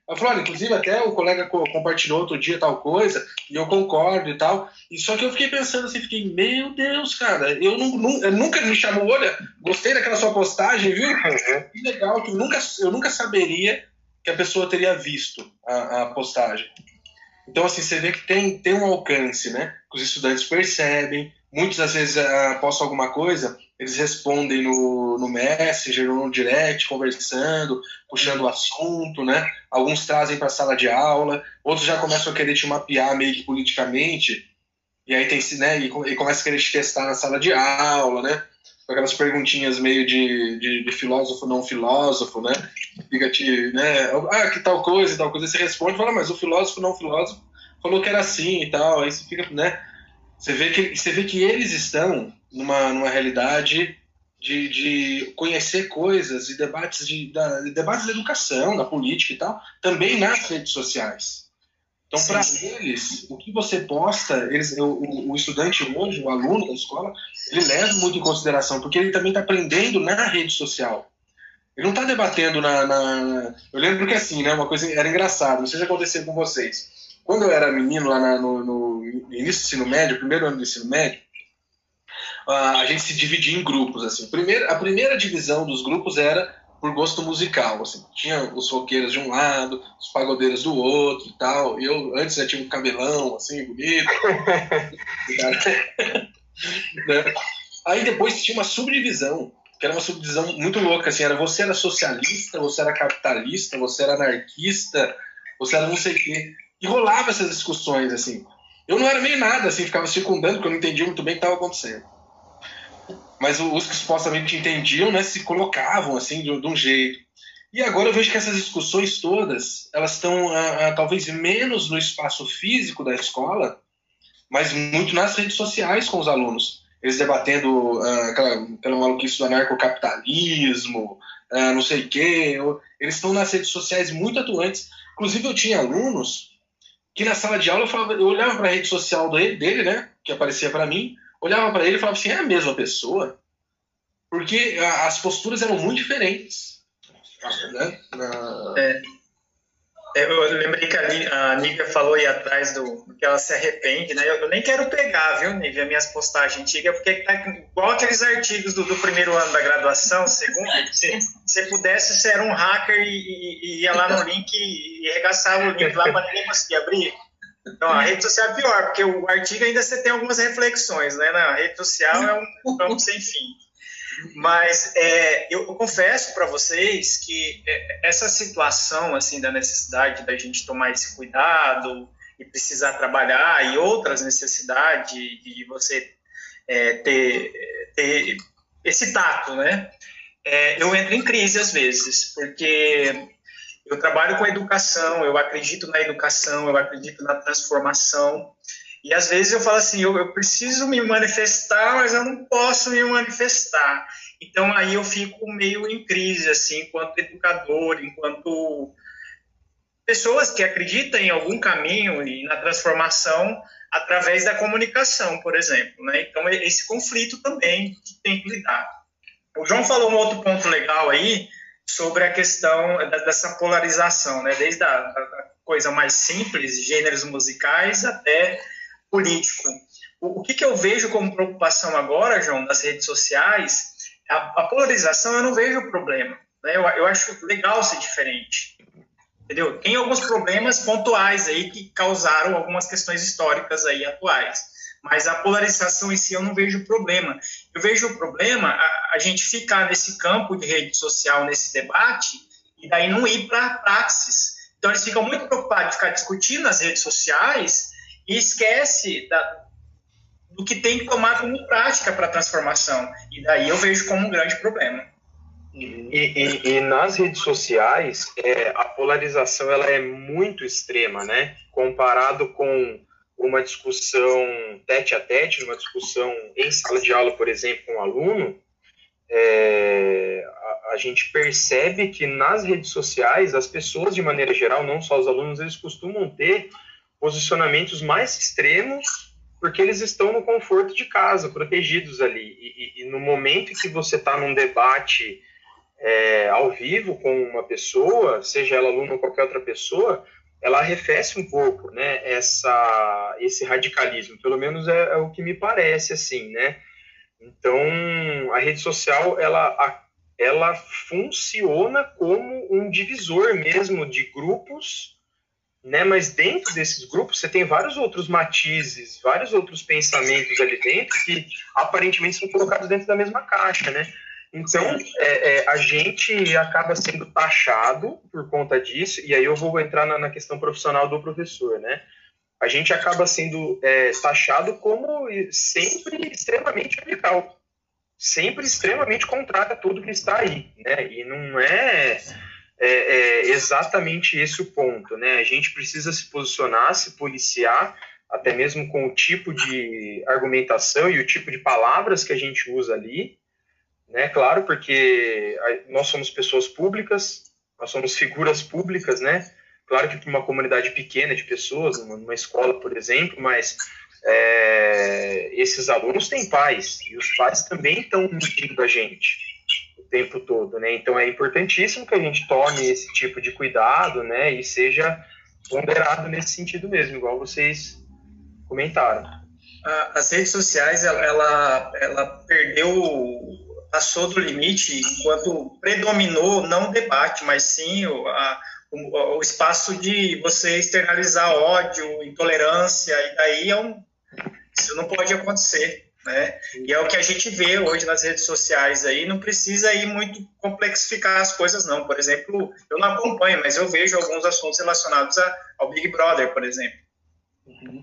Ela falou, olha, inclusive até o colega compartilhou outro dia tal coisa, e eu concordo e tal. E só que eu fiquei pensando assim, fiquei, meu Deus, cara, eu, não, não, eu nunca me chamou, olha, gostei daquela sua postagem, viu? Que legal, que eu nunca, eu nunca saberia que a pessoa teria visto a, a postagem. Então, assim, você vê que tem, tem um alcance, né? Que os estudantes percebem, muitas às vezes uh, postam alguma coisa, eles respondem no, no Messenger ou no Direct, conversando, puxando o assunto, né? Alguns trazem para a sala de aula, outros já começam a querer te mapear meio que politicamente, e aí tem, né? E, e começa a querer te testar na sala de aula, né? Com aquelas perguntinhas meio de, de, de filósofo, não filósofo, né? Fica te, né? Ah, que tal coisa, tal coisa. Você responde e fala, mas o filósofo, não filósofo, falou que era assim e tal. Aí você fica, né? Você vê que, você vê que eles estão numa, numa realidade de, de conhecer coisas e debates, de, da, debates da educação, da política e tal, também nas redes sociais. Então, para eles, o que você posta, eles, o, o estudante hoje, o aluno da escola, ele leva muito em consideração, porque ele também está aprendendo na rede social. Ele não está debatendo na, na... Eu lembro que assim, né, uma coisa era engraçada, não sei se aconteceu com vocês. Quando eu era menino, lá na, no, no início do ensino médio, primeiro ano do ensino médio, a gente se dividia em grupos. Assim. Primeiro, a primeira divisão dos grupos era por gosto musical. Assim. Tinha os roqueiros de um lado, os pagodeiros do outro e tal. E eu antes já tinha um cabelão, assim, bonito. Aí depois tinha uma subdivisão, que era uma subdivisão muito louca. Assim, era, você era socialista, você era capitalista, você era anarquista, você era não sei o quê. E rolava essas discussões, assim. Eu não era meio nada, assim, ficava circundando, porque eu não entendia muito bem o que estava acontecendo. Mas os que supostamente entendiam, né, se colocavam, assim, de, de um jeito. E agora eu vejo que essas discussões todas, elas estão, ah, ah, talvez, menos no espaço físico da escola, mas muito nas redes sociais com os alunos. Eles debatendo ah, aquela, aquela maluquice do anarcocapitalismo, ah, não sei o quê. Eles estão nas redes sociais muito atuantes. Inclusive, eu tinha alunos que na sala de aula eu, falava, eu olhava para a rede social dele, dele, né, que aparecia para mim, olhava para ele e falava assim, é a mesma pessoa? Porque a, as posturas eram muito diferentes. Né? Na... É, eu lembrei que a Nívia falou aí atrás do, do que ela se arrepende, né? Eu, eu nem quero pegar, viu, Nívia, minhas postagens antigas, porque tá igual aqueles artigos do, do primeiro ano da graduação, segundo, se você pudesse, você era um hacker e, e, e ia lá no link e, e arregaçava o link lá para ninguém conseguir abrir. Então, a rede social é pior, porque o artigo ainda você tem algumas reflexões, né? Na rede social é um campo sem fim. Mas é, eu, eu confesso para vocês que essa situação assim da necessidade da gente tomar esse cuidado e precisar trabalhar e outras necessidades de você é, ter, ter esse tato, né? É, eu entro em crise às vezes, porque eu trabalho com educação, eu acredito na educação, eu acredito na transformação. E às vezes eu falo assim, eu, eu preciso me manifestar, mas eu não posso me manifestar. Então aí eu fico meio em crise, assim, enquanto educador, enquanto pessoas que acreditam em algum caminho e na transformação através da comunicação, por exemplo, né? Então esse conflito também que tem que lidar. O João falou um outro ponto legal aí sobre a questão dessa polarização, né? Desde a, a coisa mais simples, gêneros musicais, até político. O, o que, que eu vejo como preocupação agora, João, das redes sociais, a, a polarização eu não vejo problema. Né? Eu, eu acho legal ser diferente. Entendeu? Tem alguns problemas pontuais aí que causaram algumas questões históricas aí atuais. Mas a polarização em si eu não vejo problema. Eu vejo o problema a, a gente ficar nesse campo de rede social, nesse debate, e daí não ir para a praxis. Então eles ficam muito preocupados de ficar discutindo nas redes sociais e esquece da, do que tem que tomar como prática para a transformação. E daí eu vejo como um grande problema. E, e, e nas redes sociais, é, a polarização ela é muito extrema, né? Comparado com uma discussão tete a tete, uma discussão em sala de aula, por exemplo, com um aluno, é, a, a gente percebe que nas redes sociais, as pessoas, de maneira geral, não só os alunos, eles costumam ter posicionamentos mais extremos, porque eles estão no conforto de casa, protegidos ali. E, e, e no momento em que você está num debate é, ao vivo com uma pessoa, seja ela aluno ou qualquer outra pessoa, ela arrefece um pouco, né, essa, esse radicalismo, pelo menos é, é o que me parece, assim, né? Então, a rede social, ela, ela funciona como um divisor mesmo de grupos, né? Mas dentro desses grupos você tem vários outros matizes, vários outros pensamentos ali dentro que aparentemente são colocados dentro da mesma caixa, né? Então, é, é, a gente acaba sendo taxado por conta disso, e aí eu vou entrar na, na questão profissional do professor, né? A gente acaba sendo é, taxado como sempre extremamente radical, sempre extremamente contrário a tudo que está aí, né? E não é, é, é exatamente esse o ponto, né? A gente precisa se posicionar, se policiar, até mesmo com o tipo de argumentação e o tipo de palavras que a gente usa ali, né? Claro, porque nós somos pessoas públicas, nós somos figuras públicas, né? Claro que para uma comunidade pequena de pessoas, numa escola, por exemplo, mas é, esses alunos têm pais, e os pais também estão medindo a gente o tempo todo, né? Então é importantíssimo que a gente tome esse tipo de cuidado, né? E seja ponderado nesse sentido mesmo, igual vocês comentaram. As redes sociais, ela, ela, ela perdeu... passou do limite enquanto predominou não o debate, mas sim o, a, o, o espaço de você externalizar ódio, intolerância, e daí é um, isso não pode acontecer, né? E é o que a gente vê hoje nas redes sociais aí, não precisa ir muito complexificar as coisas não. Por exemplo, eu não acompanho, mas eu vejo alguns assuntos relacionados a, ao Big Brother, por exemplo. Uhum.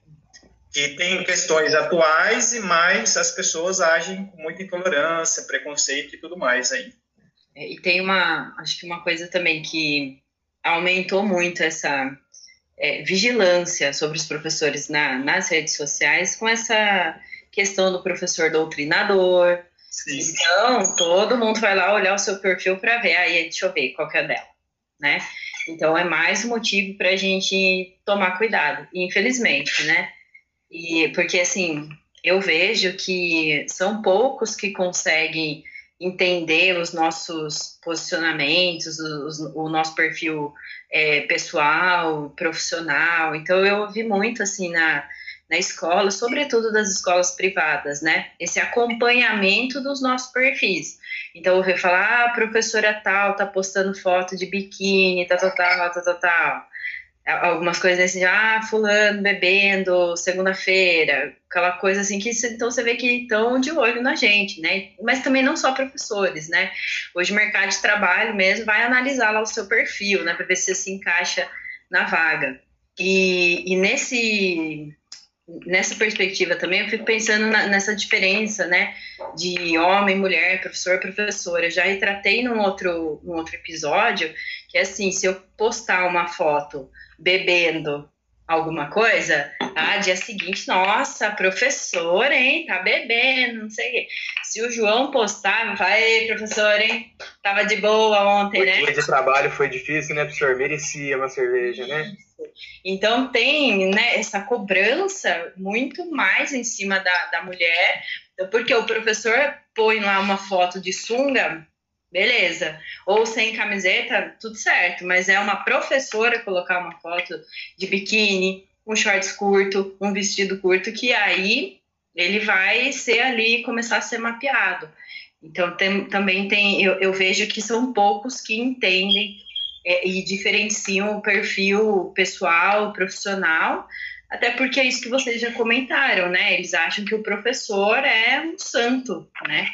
Que tem questões atuais e mais as pessoas agem com muita intolerância, preconceito e tudo mais aí. É, e tem uma, acho que uma coisa também que aumentou muito essa é, vigilância sobre os professores na, nas redes sociais com essa questão do professor doutrinador. Sim. Então, todo mundo vai lá olhar o seu perfil para ver, aí deixa eu ver qual que é dela, né? Então, é mais um motivo para a gente tomar cuidado, infelizmente, né? E, porque, assim, eu vejo que são poucos que conseguem entender os nossos posicionamentos, os, o nosso perfil é, pessoal, profissional. Então, eu ouvi muito, assim, na, na escola, sobretudo das escolas privadas, né? Esse acompanhamento dos nossos perfis. Então, eu ouvi falar, ah, a professora tal tá postando foto de biquíni, tal, tal, tal, tal, tal, tal. Algumas coisas assim, ah, fulano bebendo segunda-feira, aquela coisa assim, que então você vê que estão de olho na gente, né? Mas também não só professores, né? Hoje o mercado de trabalho mesmo vai analisar lá o seu perfil, né? Para ver se você se encaixa na vaga. E, e nesse, nessa perspectiva também, eu fico pensando na, nessa diferença, né? De homem, mulher, professor, professora. Eu já retratei num outro, num outro episódio, que é assim, se eu postar uma foto bebendo alguma coisa, ah, dia seguinte, nossa, professor, hein, tá bebendo, não sei o quê. Se o João postar, vai, professor, hein, tava de boa ontem, né? O dia de trabalho foi difícil, né, professor? Merecia uma cerveja, né? Então tem, né, essa cobrança muito mais em cima da, da mulher, porque o professor põe lá uma foto de sunga, beleza, ou sem camiseta, tudo certo, mas é uma professora colocar uma foto de biquíni, um shorts curto, um vestido curto, que aí ele vai ser ali, começar a ser mapeado. Então tem, também tem, eu, eu vejo que são poucos que entendem é, e diferenciam o perfil pessoal, profissional, até porque é isso que vocês já comentaram, né? Eles acham que o professor é um santo, né?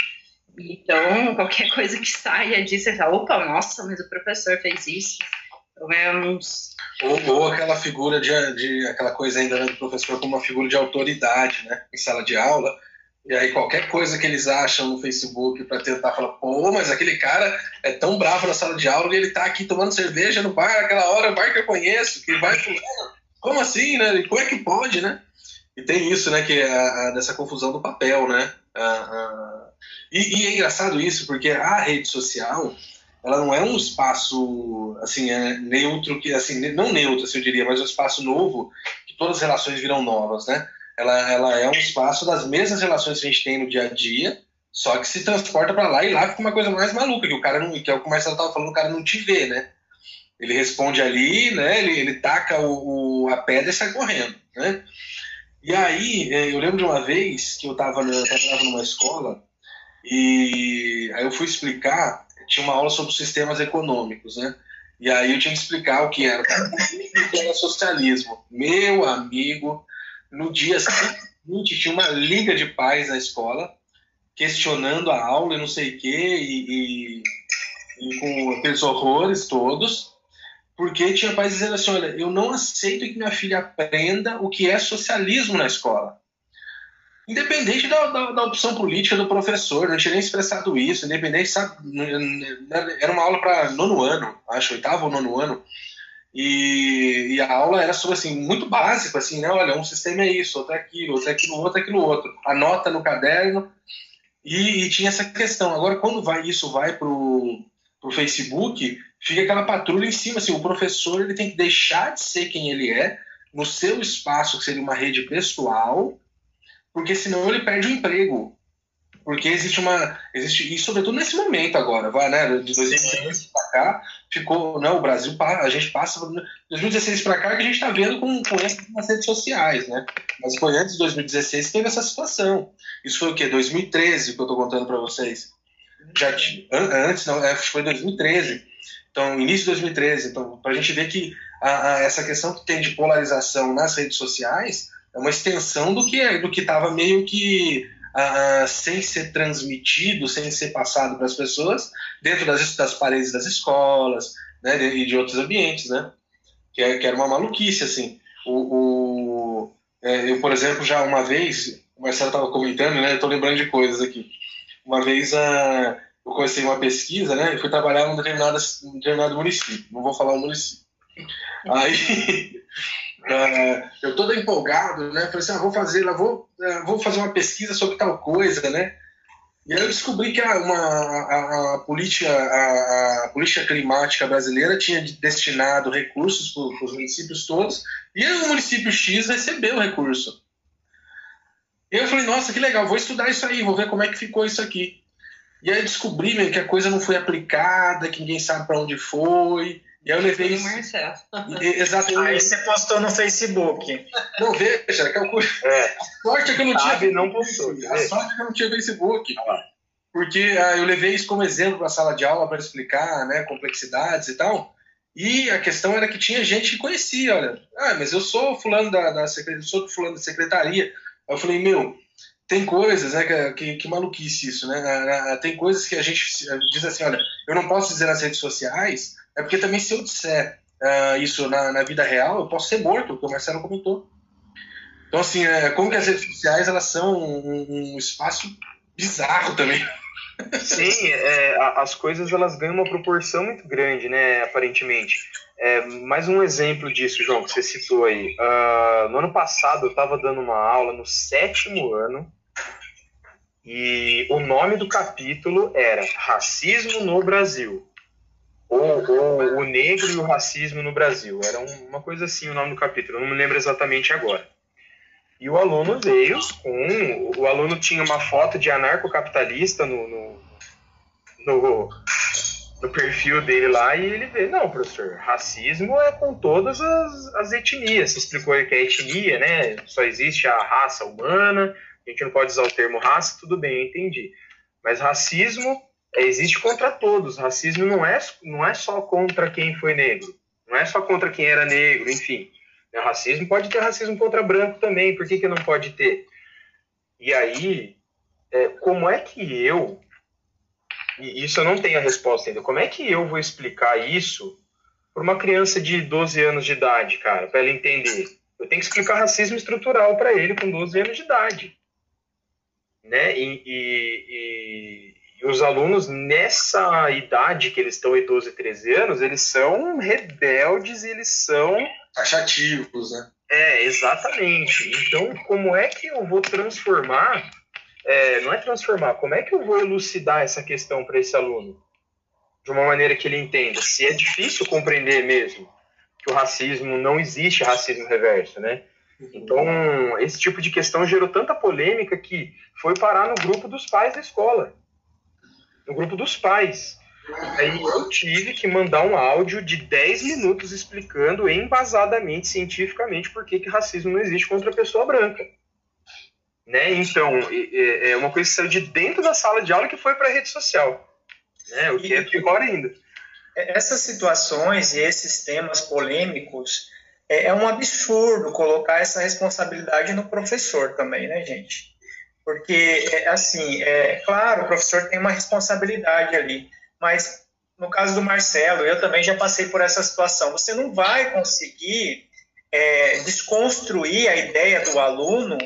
Então, qualquer coisa que saia disso, você fala, opa, nossa, mas o professor fez isso. Então, é uns... ou, ou aquela figura de, de aquela coisa ainda do professor como uma figura de autoridade, né, em sala de aula. E aí qualquer coisa que eles acham no Facebook para tentar falar, pô, mas aquele cara é tão bravo na sala de aula e ele tá aqui tomando cerveja no bar, aquela hora, o bar que eu conheço, que vai fulano. Como assim, né? E como é que pode, né? E tem isso, né, que é a, a, dessa confusão do papel, né? A, a... E, e é engraçado isso, porque a rede social, ela não é um espaço, assim, é neutro, que, assim, não neutro, assim, eu diria, mas um espaço novo, que todas as relações viram novas, né? Ela, ela é um espaço das mesmas relações que a gente tem no dia a dia, Só que se transporta para lá e lá fica uma coisa mais maluca, que o cara não, que é o que o Marcelo estava falando, o cara não te vê, né? Ele responde ali, né? Ele, ele taca o, o, a pedra e sai correndo, né? E aí, eu lembro de uma vez que eu estava numa escola e aí eu fui explicar, tinha uma aula sobre sistemas econômicos, né? E aí eu tinha que explicar o que era, o que era socialismo. Meu amigo, no dia seguinte tinha uma liga de pais na escola questionando a aula e não sei o quê, e, e, e com aqueles horrores todos, porque tinha pais dizendo assim, olha, eu não aceito que minha filha aprenda o que é socialismo na escola. Independente da, da, da opção política do professor, não tinha nem expressado isso, independente, sabe, era uma aula para nono ano, acho, oitavo ou nono ano, e, e a aula era sobre, assim, muito básico, assim, né, olha, um sistema é isso, outro é aquilo, outro é aquilo, outro é aquilo outro, anota no caderno, e, e tinha essa questão. Agora, quando vai, isso vai pro, pro Facebook, fica aquela patrulha em cima, assim, o professor ele tem que deixar de ser quem ele é, no seu espaço, que seria uma rede pessoal, porque senão ele perde o emprego. Porque existe uma... Existe, e sobretudo nesse momento agora, vai, né? De dois mil e dezesseis para cá, ficou... Não, o Brasil, a gente passa... De dois mil e dezesseis para cá que a gente está vendo com, com isso nas redes sociais, né? Mas foi antes de dois mil e dezesseis que teve essa situação. Isso foi o quê? dois mil e treze que eu estou contando para vocês. Já t... Antes, não, foi dois mil e treze. Então, início de dois mil e treze. Então, para a gente ver que a, a, essa questão que tem de polarização nas redes sociais é uma extensão do que do que estava meio que uh, sem ser transmitido, sem ser passado para as pessoas dentro das, das paredes das escolas, né, de, e de outros ambientes, né? Que, é, que era uma maluquice, assim. O, o, é, eu, por exemplo, já uma vez, o Marcelo estava comentando, né? Eu estou lembrando de coisas aqui. Uma vez uh, eu comecei uma pesquisa, né? E fui trabalhar num determinado, num determinado município. Não vou falar o município. Aí... Uh, eu todo empolgado, né? Falei assim, ah, vou fazer, vou, uh, vou fazer uma pesquisa sobre tal coisa, né? E aí eu descobri que a, uma, a, a, política, a, a política climática brasileira tinha destinado recursos para os municípios todos, e o município X recebeu o recurso. E aí eu falei, nossa, que legal, vou estudar isso aí, vou ver como é que ficou isso aqui. E aí eu descobri mesmo, que a coisa não foi aplicada, que ninguém sabe para onde foi. E aí eu levei isso. Marcelo. Exatamente. Aí você postou no Facebook. Não, veja, calcula. É. A sorte é que eu não Sabe, tinha. não postou. A sorte é que eu não tinha Facebook. Porque ah, eu levei isso como exemplo para a sala de aula para explicar, né, complexidades e tal. E a questão era que tinha gente que conhecia, olha. Ah, mas eu sou fulano da, da secretaria, sou fulano da secretaria. Aí eu falei, meu, tem coisas, né, que, que, que maluquice isso, né? Tem coisas que a gente diz assim, olha, eu não posso dizer nas redes sociais. É porque também se eu disser uh, isso na, na vida real, eu posso ser morto, o que o Marcelo comentou. Então, assim, é, como que as redes sociais, elas são um, um espaço bizarro também. Sim, é, as coisas, elas ganham uma proporção muito grande, né, aparentemente. É, mais um exemplo disso, João, que você citou aí. Uh, no ano passado, eu estava dando uma aula no sétimo ano, e o nome do capítulo era Racismo no Brasil. Ou, ou o negro e o racismo no Brasil. Era uma coisa assim o nome do capítulo, eu não me lembro exatamente agora. E o aluno veio com... O aluno tinha uma foto de anarcocapitalista no, no, no, no perfil dele lá, e ele veio, não, professor, racismo é com todas as, as etnias. Você explicou que a etnia, né, só existe a raça humana, a gente não pode usar o termo raça, tudo bem, eu entendi. Mas racismo... existe contra todos. Racismo não é, não é só contra quem foi negro. Não é só contra quem era negro, enfim. O racismo pode ter racismo contra branco também. Por que que não pode ter? E aí, é, como é que eu... E isso eu não tenho a resposta ainda. Como é que eu vou explicar isso para uma criança de doze anos de idade, cara? Para ela entender. Eu tenho que explicar racismo estrutural para ele com doze anos de idade. Né? E... e, e E os alunos, nessa idade que eles estão, em doze, treze anos, eles são rebeldes, eles são... taxativos, né? É, exatamente. Então, como é que eu vou transformar... É, não é transformar, como é que eu vou elucidar essa questão para esse aluno? De uma maneira que ele entenda. Se é difícil compreender mesmo que o racismo não existe racismo reverso, né? Então, esse tipo de questão gerou tanta polêmica que foi parar no grupo dos pais da escola. No grupo dos pais. E aí eu tive que mandar um áudio de dez minutos explicando embasadamente, cientificamente, por que que racismo não existe contra a pessoa branca. Né? Então, é uma coisa que saiu de dentro da sala de aula que foi para a rede social. Né? O que é pior ainda. Essas situações e esses temas polêmicos, é um absurdo colocar essa responsabilidade no professor também, né, gente? Porque, assim, é claro, o professor tem uma responsabilidade ali, mas no caso do Marcelo, eu também já passei por essa situação. Você não vai conseguir é, desconstruir a ideia do aluno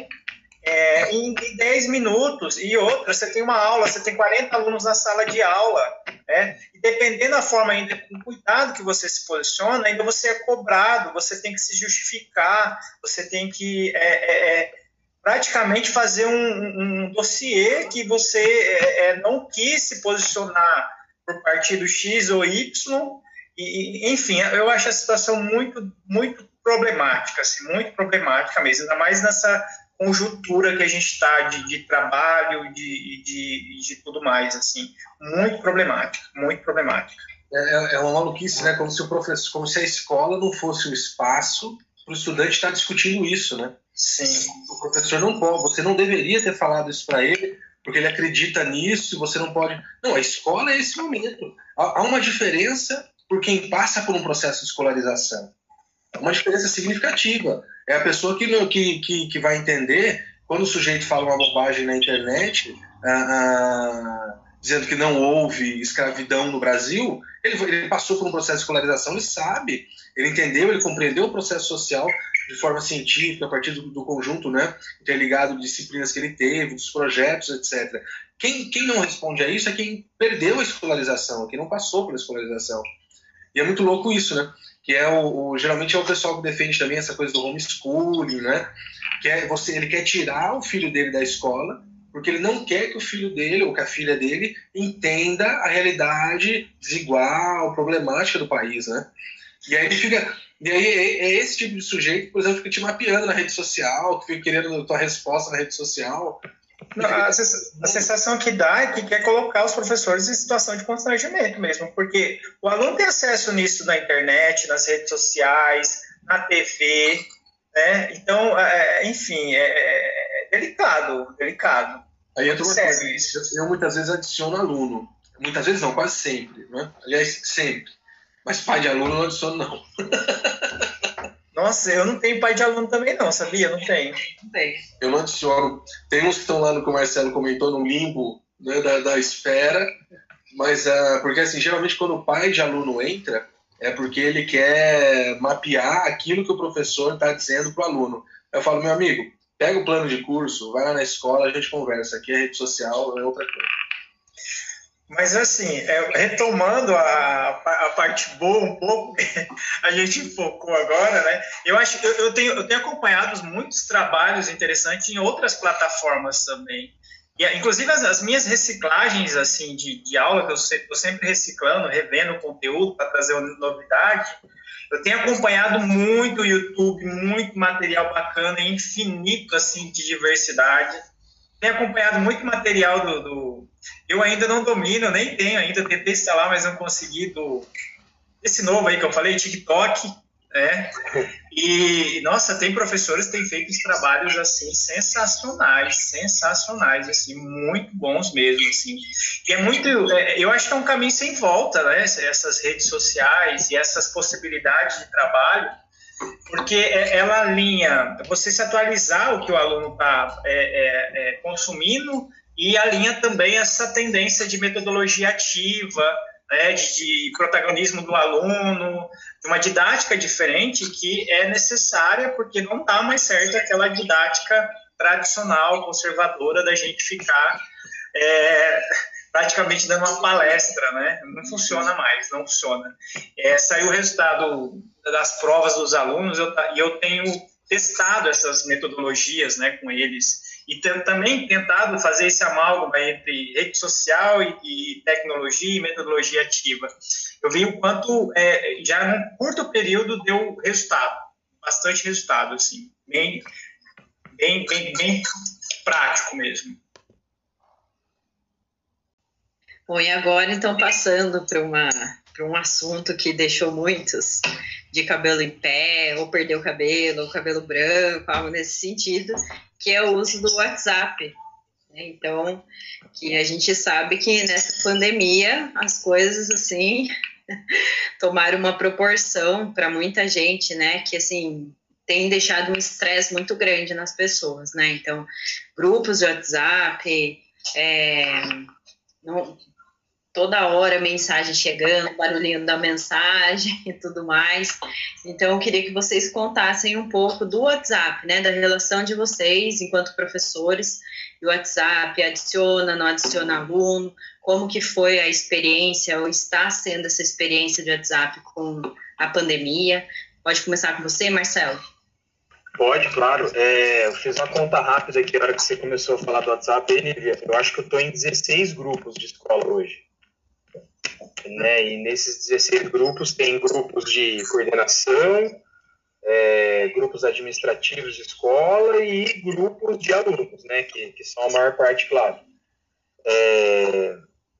é, em dez minutos. E outra, você tem uma aula, você tem quarenta alunos na sala de aula, né? E dependendo da forma, ainda com o cuidado que você se posiciona, ainda você é cobrado, você tem que se justificar, você tem que é, é, praticamente fazer um, um dossiê que você é, não quis se posicionar por partido X ou Y, e, enfim, eu acho a situação muito, muito problemática, assim, muito problemática mesmo, ainda mais nessa conjuntura que a gente está de, de trabalho, de, de, de tudo mais, assim, muito problemática, muito problemática. É, é uma maluquice, né? Como se o professor, como se a escola não fosse um espaço para o estudante estar discutindo isso, né? Sim. O professor não pode, você não deveria ter falado isso para ele, porque ele acredita nisso, e você não pode... Não, a escola é esse momento. Há uma diferença por quem passa por um processo de escolarização. É uma diferença significativa. É a pessoa que, que, que, que vai entender, quando o sujeito fala uma bobagem na internet, ah, ah, dizendo que não houve escravidão no Brasil, ele, ele passou por um processo de escolarização, ele sabe, ele entendeu, ele compreendeu o processo social de forma científica, a partir do, do conjunto, né, interligado de disciplinas que ele teve, dos projetos, etcétera. Quem, quem não responde a isso é quem perdeu a escolarização, quem não passou pela escolarização. E é muito louco isso, né? Que é o, o geralmente é o pessoal que defende também essa coisa do homeschooling, né? Que é você, ele quer tirar o filho dele da escola porque ele não quer que o filho dele ou que a filha dele entenda a realidade desigual, problemática do país, né? E aí ele fica, e aí é esse tipo de sujeito que, por exemplo, fica te mapeando na rede social, que fica querendo a tua resposta na rede social. Não, a sensação que dá é que quer colocar os professores em situação de constrangimento mesmo, porque o aluno tem acesso nisso na internet, nas redes sociais, na T V, né? Então, é, enfim, é, é delicado, delicado. Aí entra uma coisa, eu muitas vezes adiciono aluno, muitas vezes não, quase sempre, né? Aliás, sempre, mas pai de aluno não adiciono não. Nossa, eu não tenho pai de aluno também não, sabia? Não tenho. Não tenho. Eu não adiciono. Tem uns que estão lá no que o Marcelo comentou, no limbo, né, da, da espera, mas uh, porque assim, geralmente quando o pai de aluno entra, é porque ele quer mapear aquilo que o professor está dizendo para o aluno. Eu falo, meu amigo, pega o plano de curso, vai lá na escola, a gente conversa. Aqui é rede social, é outra coisa. Mas, assim, é, retomando a, a parte boa um pouco, a gente focou agora, né? Eu, acho, eu, eu, tenho, eu tenho acompanhado muitos trabalhos interessantes em outras plataformas também. E, inclusive, as, as minhas reciclagens, assim, de, de aula, que eu estou sempre reciclando, revendo o conteúdo para trazer uma novidade, eu tenho acompanhado muito o YouTube, muito material bacana, infinito, assim, de diversidade. Tenho acompanhado muito material do, do... Eu ainda não domino, nem tenho ainda, tentei instalar, mas não consegui, do... esse novo aí que eu falei, TikTok, né? E, nossa, tem professores que têm feito os trabalhos, assim, sensacionais, sensacionais, assim, muito bons mesmo, assim. E é muito... Eu acho que é um caminho sem volta, né? Essas redes sociais e essas possibilidades de trabalho, porque ela alinha você se atualizar o que o aluno está é, é, é, consumindo e alinha também essa tendência de metodologia ativa, né, de, de protagonismo do aluno, de uma didática diferente que é necessária porque não está mais certa aquela didática tradicional, conservadora, da gente ficar é, praticamente dando uma palestra, né? Não funciona mais, não funciona. É, saiu o resultado das provas dos alunos eu, e eu tenho testado essas metodologias, né, com eles e tem, também tentado fazer esse amálgama entre rede social e, e tecnologia e metodologia ativa. Eu vi o quanto é, já num curto período deu resultado bastante resultado, assim, bem, bem, bem, bem prático mesmo. Bom, e agora, então, passando para uma, para um assunto que deixou muitos de cabelo em pé, ou perdeu o cabelo, ou cabelo branco, algo nesse sentido, que é o uso do WhatsApp. Então, que a gente sabe que nessa pandemia as coisas, assim, tomaram uma proporção para muita gente, né, que, assim, tem deixado um estresse muito grande nas pessoas, né? Então, grupos de WhatsApp, é, não, toda hora mensagem chegando, barulhinho da mensagem e tudo mais. Então, eu queria que vocês contassem um pouco do WhatsApp, né, da relação de vocês enquanto professores. O WhatsApp adiciona, não adiciona aluno, como que foi a experiência, ou está sendo essa experiência de WhatsApp com a pandemia. Pode começar com você, Marcelo? Pode, claro. É, eu fiz uma conta rápida aqui na hora que você começou a falar do WhatsApp. Eu acho que eu estou em dezesseis grupos de escola hoje. Né? E nesses dezesseis grupos tem grupos de coordenação, é, grupos administrativos de escola e grupos de alunos, né? que, que são a maior parte, claro. É,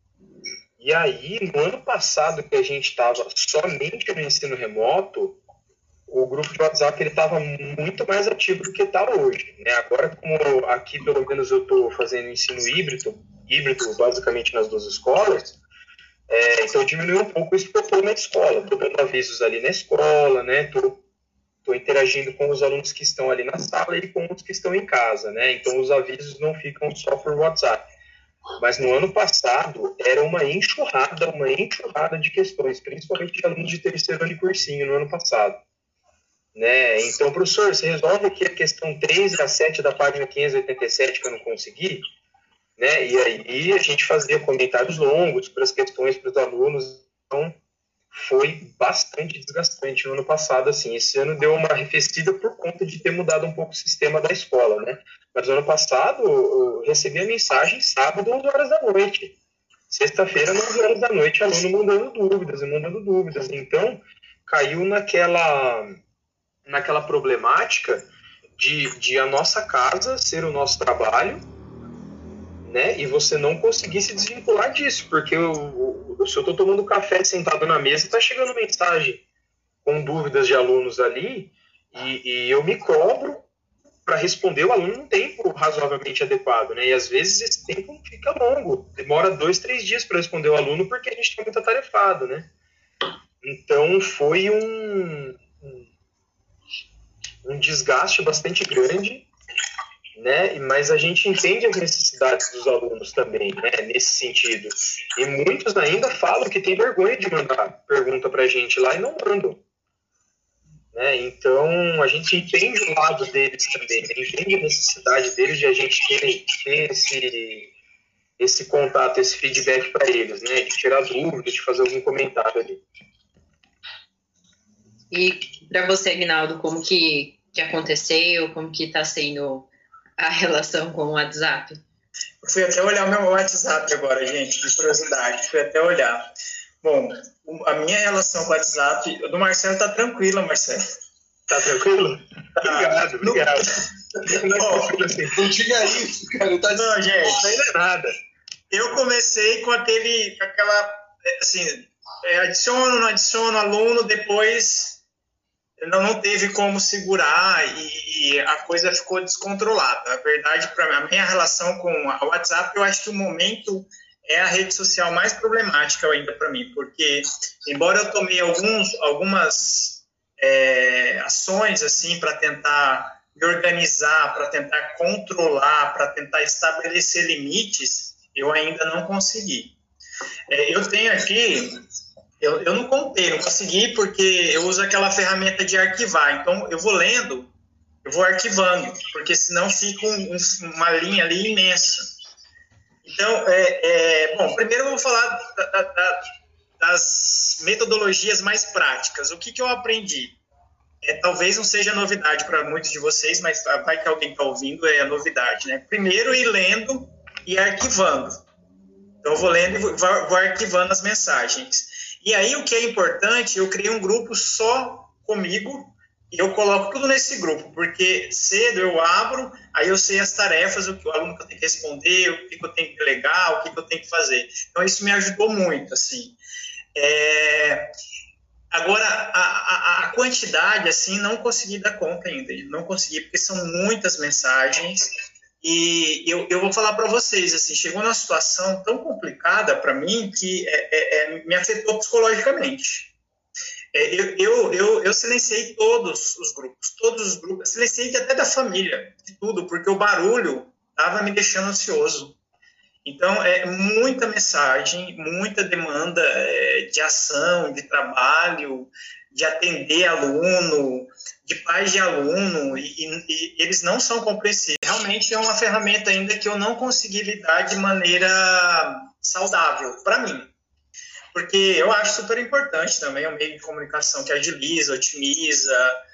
e aí, no ano passado, que a gente estava somente no ensino remoto, o grupo de WhatsApp estava muito mais ativo do que está hoje. Né? Agora, como aqui, pelo menos, eu estou fazendo ensino híbrido, híbrido basicamente nas duas escolas, é, então diminuiu um pouco isso porque eu estou na escola, estou dando avisos ali na escola, né? Estou interagindo com os alunos que estão ali na sala e com os que estão em casa, né? Então os avisos não ficam só por WhatsApp. Mas no ano passado era uma enxurrada, uma enxurrada de questões, principalmente de alunos de terceiro ano de cursinho no ano passado. Né? Então, professor, você resolve aqui a questão três a sete da página quinhentos e oitenta e sete que eu não consegui? Né? E aí a gente fazia comentários longos para as questões para os alunos. Então, foi bastante desgastante no ano passado. Assim. Esse ano deu uma arrefecida por conta de ter mudado um pouco o sistema da escola. Né? Mas no ano passado, eu recebi a mensagem sábado, onze horas da noite. Sexta-feira, nove horas da noite, aluno mandando dúvidas e mandando dúvidas. Então, caiu naquela... naquela problemática de, de a nossa casa ser o nosso trabalho, né? E você não conseguir se desvincular disso, porque eu, eu, se eu estou tomando café sentado na mesa, está chegando mensagem com dúvidas de alunos ali, e, e eu me cobro para responder o aluno num tempo razoavelmente adequado, né? E às vezes esse tempo fica longo, demora dois, três dias para responder o aluno, porque a gente está muito atarefado, né? Então foi um... um um desgaste bastante grande, né? Mas a gente entende as necessidades dos alunos também, né? Nesse sentido. E muitos ainda falam que tem vergonha de mandar pergunta para a gente lá e não mandam. Né? Então, a gente entende o lado deles também, né? Entende a necessidade deles de a gente ter, ter esse, esse contato, esse feedback para eles, né? De tirar dúvidas, de fazer algum comentário ali. E para você, Aguinaldo, como que, que aconteceu, como que está sendo a relação com o WhatsApp? Eu fui até olhar o meu WhatsApp agora, gente, de curiosidade, fui até olhar. Bom, a minha relação com o WhatsApp, do Marcelo está tranquila, Marcelo. Tá tranquilo? Obrigado, obrigado. Não, não diga isso, cara. Tá não, gente, não é nada. Eu comecei com aquele, aquela, assim, adiciono, não adiciono aluno, depois não, não teve como segurar e, e a coisa ficou descontrolada. A verdade, para a minha relação com o WhatsApp, eu acho que o momento é a rede social mais problemática ainda para mim, porque embora eu tomei alguns, algumas é, ações assim para tentar me organizar, para tentar controlar, para tentar estabelecer limites, eu ainda não consegui. É, eu tenho aqui... Eu, eu não contei, não consegui, porque eu uso aquela ferramenta de arquivar. Então, eu vou lendo, eu vou arquivando, porque senão fica um, um, uma linha ali imensa. Então, é, é, bom, primeiro eu vou falar da, da, da, das metodologias mais práticas. O que, que eu aprendi? É, talvez não seja novidade para muitos de vocês, mas vai que alguém está ouvindo, é a novidade, né? Primeiro, ir lendo e arquivando. Então, eu vou lendo e vou, vou arquivando as mensagens. E aí, o que é importante, eu criei um grupo só comigo, eu coloco tudo nesse grupo, porque cedo eu abro, aí eu sei as tarefas, o que o aluno que eu tenho que responder, o que eu tenho que delegar, o que eu tenho que fazer. Então, isso me ajudou muito, assim. É... Agora, a, a, a quantidade, assim, não consegui dar conta ainda. Não consegui, porque são muitas mensagens. E eu, eu vou falar para vocês, assim, chegou numa situação tão complicada para mim que é, é, é, me afetou psicologicamente. É, eu, eu, eu, eu silenciei todos os grupos, todos os grupos, silenciei até da família, de tudo, porque o barulho estava me deixando ansioso. Então, é muita mensagem, muita demanda é, de ação, de trabalho, de atender aluno, de pais de aluno, e, e, e eles não são compreensíveis. Realmente é uma ferramenta ainda que eu não consegui lidar de maneira saudável, para mim. Porque eu acho super importante também o meio de comunicação que agiliza, otimiza,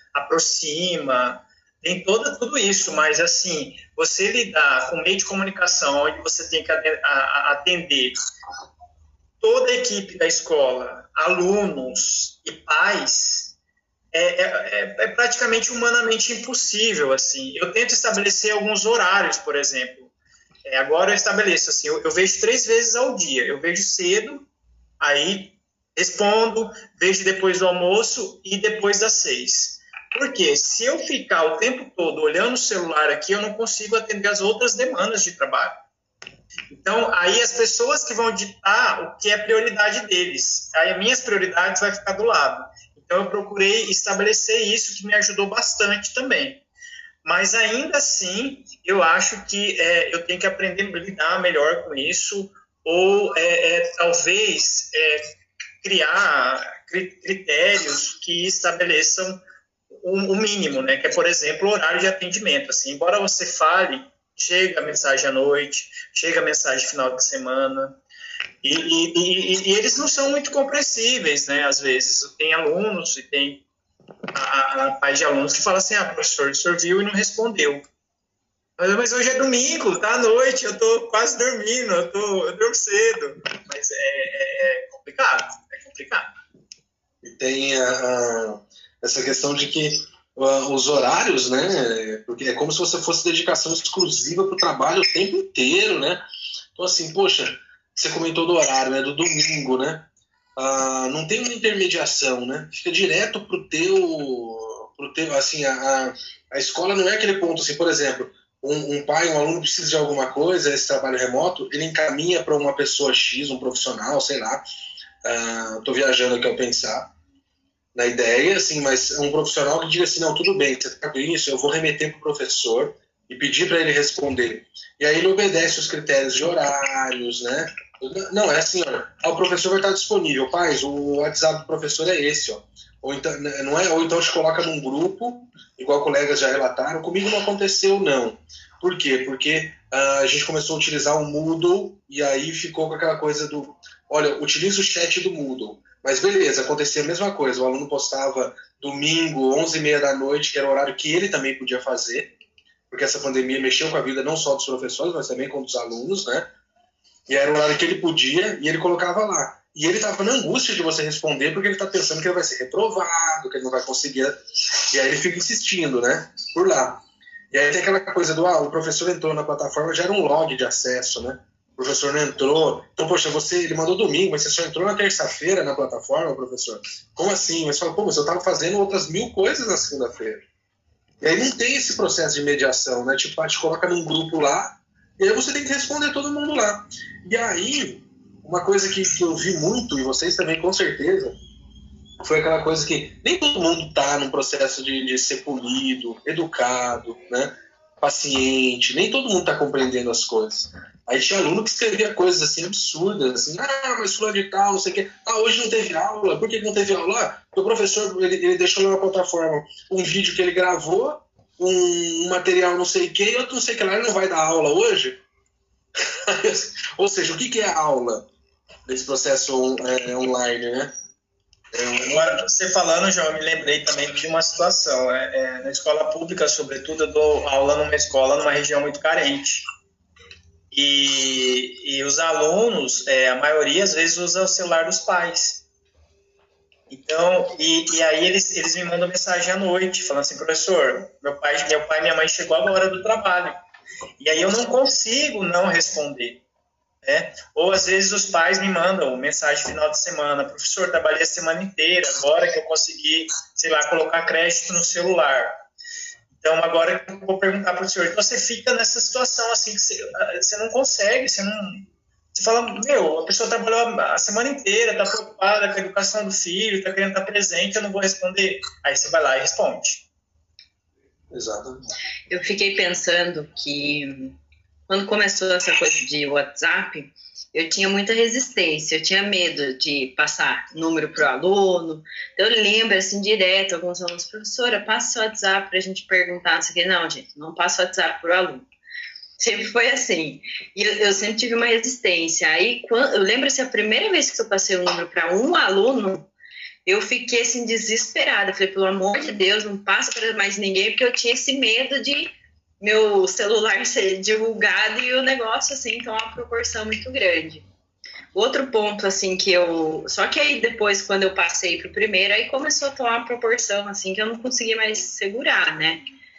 aproxima, tem todo, tudo isso, mas assim, você lidar com meio de comunicação onde você tem que atender toda a equipe da escola, alunos e pais, é, é, é praticamente humanamente impossível, assim. Eu tento estabelecer alguns horários, por exemplo. É, agora eu estabeleço, assim, eu, eu vejo três vezes ao dia. Eu vejo cedo, aí respondo, vejo depois do almoço e depois das seis. Porque se eu ficar o tempo todo olhando o celular aqui, eu não consigo atender as outras demandas de trabalho. Então, aí as pessoas que vão ditar o que é prioridade deles. Aí as minhas prioridades vai ficar do lado. Então, eu procurei estabelecer isso, que me ajudou bastante também. Mas, ainda assim, eu acho que é, eu tenho que aprender a lidar melhor com isso, ou é, é, talvez é, criar critérios que estabeleçam o mínimo, né? Que é, por exemplo, o horário de atendimento. Assim, embora você fale, chega a mensagem à noite, chega a mensagem final de semana, e, e, e, e eles não são muito compreensíveis, né? Às vezes, tem alunos e tem a, a pais de alunos que falam assim, ah, professor, o senhor viu e não respondeu. Mas, mas hoje é domingo, tá à noite, eu tô quase dormindo, eu, tô, eu durmo cedo. Mas é, é, é complicado, é complicado. E tem a... a... essa questão de que uh, os horários, né, porque é como se você fosse dedicação exclusiva para o trabalho o tempo inteiro, né, então assim, poxa, você comentou do horário, né, do domingo, né, uh, não tem uma intermediação, né, fica direto pro teu, pro teu assim, a, a escola não é aquele ponto, assim, por exemplo, um, um pai, um aluno precisa de alguma coisa, esse trabalho remoto, ele encaminha para uma pessoa X, um profissional, sei lá, uh, tô viajando aqui ao pensar, na ideia, assim, mas um profissional que diga assim, não, tudo bem, você está com isso, eu vou remeter para o professor e pedir para ele responder. E aí ele obedece os critérios de horários, né? Não, é assim, olha, o professor vai estar disponível, pais, o WhatsApp do professor é esse, ó. Ou então, não é, ou então te coloca num grupo, igual colegas já relataram, comigo não aconteceu, não. Por quê? Porque uh, a gente começou a utilizar o Moodle e aí ficou com aquela coisa do, olha, utiliza o chat do Moodle. Mas beleza, acontecia a mesma coisa. O aluno postava domingo, onze e meia da noite, que era o horário que ele também podia fazer, porque essa pandemia mexeu com a vida não só dos professores, mas também com os alunos, né? E era o horário que ele podia, e ele colocava lá. E ele estava na angústia de você responder, porque ele está pensando que ele vai ser reprovado, que ele não vai conseguir. E aí ele fica insistindo, né? Por lá. E aí tem aquela coisa do, ah, o professor entrou na plataforma, já era um log de acesso, né? O professor não entrou. Então, poxa, você, ele mandou domingo, mas você só entrou na terça-feira na plataforma, professor? Como assim? Mas fala, pô, mas eu estava fazendo outras mil coisas na segunda-feira. E aí não tem esse processo de mediação, né? Tipo, a te coloca num grupo lá, e aí você tem que responder todo mundo lá. E aí, uma coisa que, que eu vi muito, e vocês também com certeza, foi aquela coisa que nem todo mundo está num processo de, de ser polido, educado, né? Paciente, nem todo mundo está compreendendo as coisas. Aí tinha aluno que escrevia coisas assim absurdas, assim, ah, mas fulano de tal, não sei o quê, ah, hoje não teve aula, por que não teve aula? Ah, o professor, ele, ele deixou lá na plataforma um vídeo que ele gravou, um material não sei o quê, e outro não sei o que lá, ele não vai dar aula hoje? Ou seja, o que, que é a aula desse processo on, é, online, né? Agora, você falando, João, eu me lembrei também de uma situação. É, é, na escola pública, sobretudo, eu dou aula numa escola numa região muito carente. E, e os alunos, é, a maioria, às vezes, usa o celular dos pais. Então, e, e aí eles, eles me mandam mensagem à noite, falando assim, professor, meu pai, meu pai e minha mãe chegou agora do trabalho. E aí eu não consigo não responder. Né? Ou às vezes os pais me mandam mensagem final de semana, professor, trabalhei a semana inteira, agora que eu consegui, sei lá, colocar crédito no celular. Então agora eu vou perguntar para o senhor, então você fica nessa situação assim, que você, você não consegue, você não... Você fala, meu, a pessoa trabalhou a semana inteira, está preocupada com a educação do filho, está querendo estar presente, eu não vou responder. Aí você vai lá e responde. Exatamente. Eu fiquei pensando que quando começou essa coisa de WhatsApp, eu tinha muita resistência, eu tinha medo de passar número para o aluno. Eu lembro, assim, direto, alguns alunos, professora, passa o WhatsApp para a gente perguntar, não sei o quê. Não, gente, não passa o WhatsApp para o aluno. Sempre foi assim. E eu, eu sempre tive uma resistência. Aí, quando, eu lembro, assim, a primeira vez que eu passei o número para um aluno, eu fiquei, assim, desesperada. Falei, pelo amor de Deus, não passa para mais ninguém, porque eu tinha esse medo de meu celular ser divulgado e o negócio, assim, tomar uma proporção muito grande. Outro ponto, assim, que eu... Só que aí, depois, quando eu passei para o primeiro, aí começou a tomar uma proporção, assim, que eu não consegui mais segurar, né?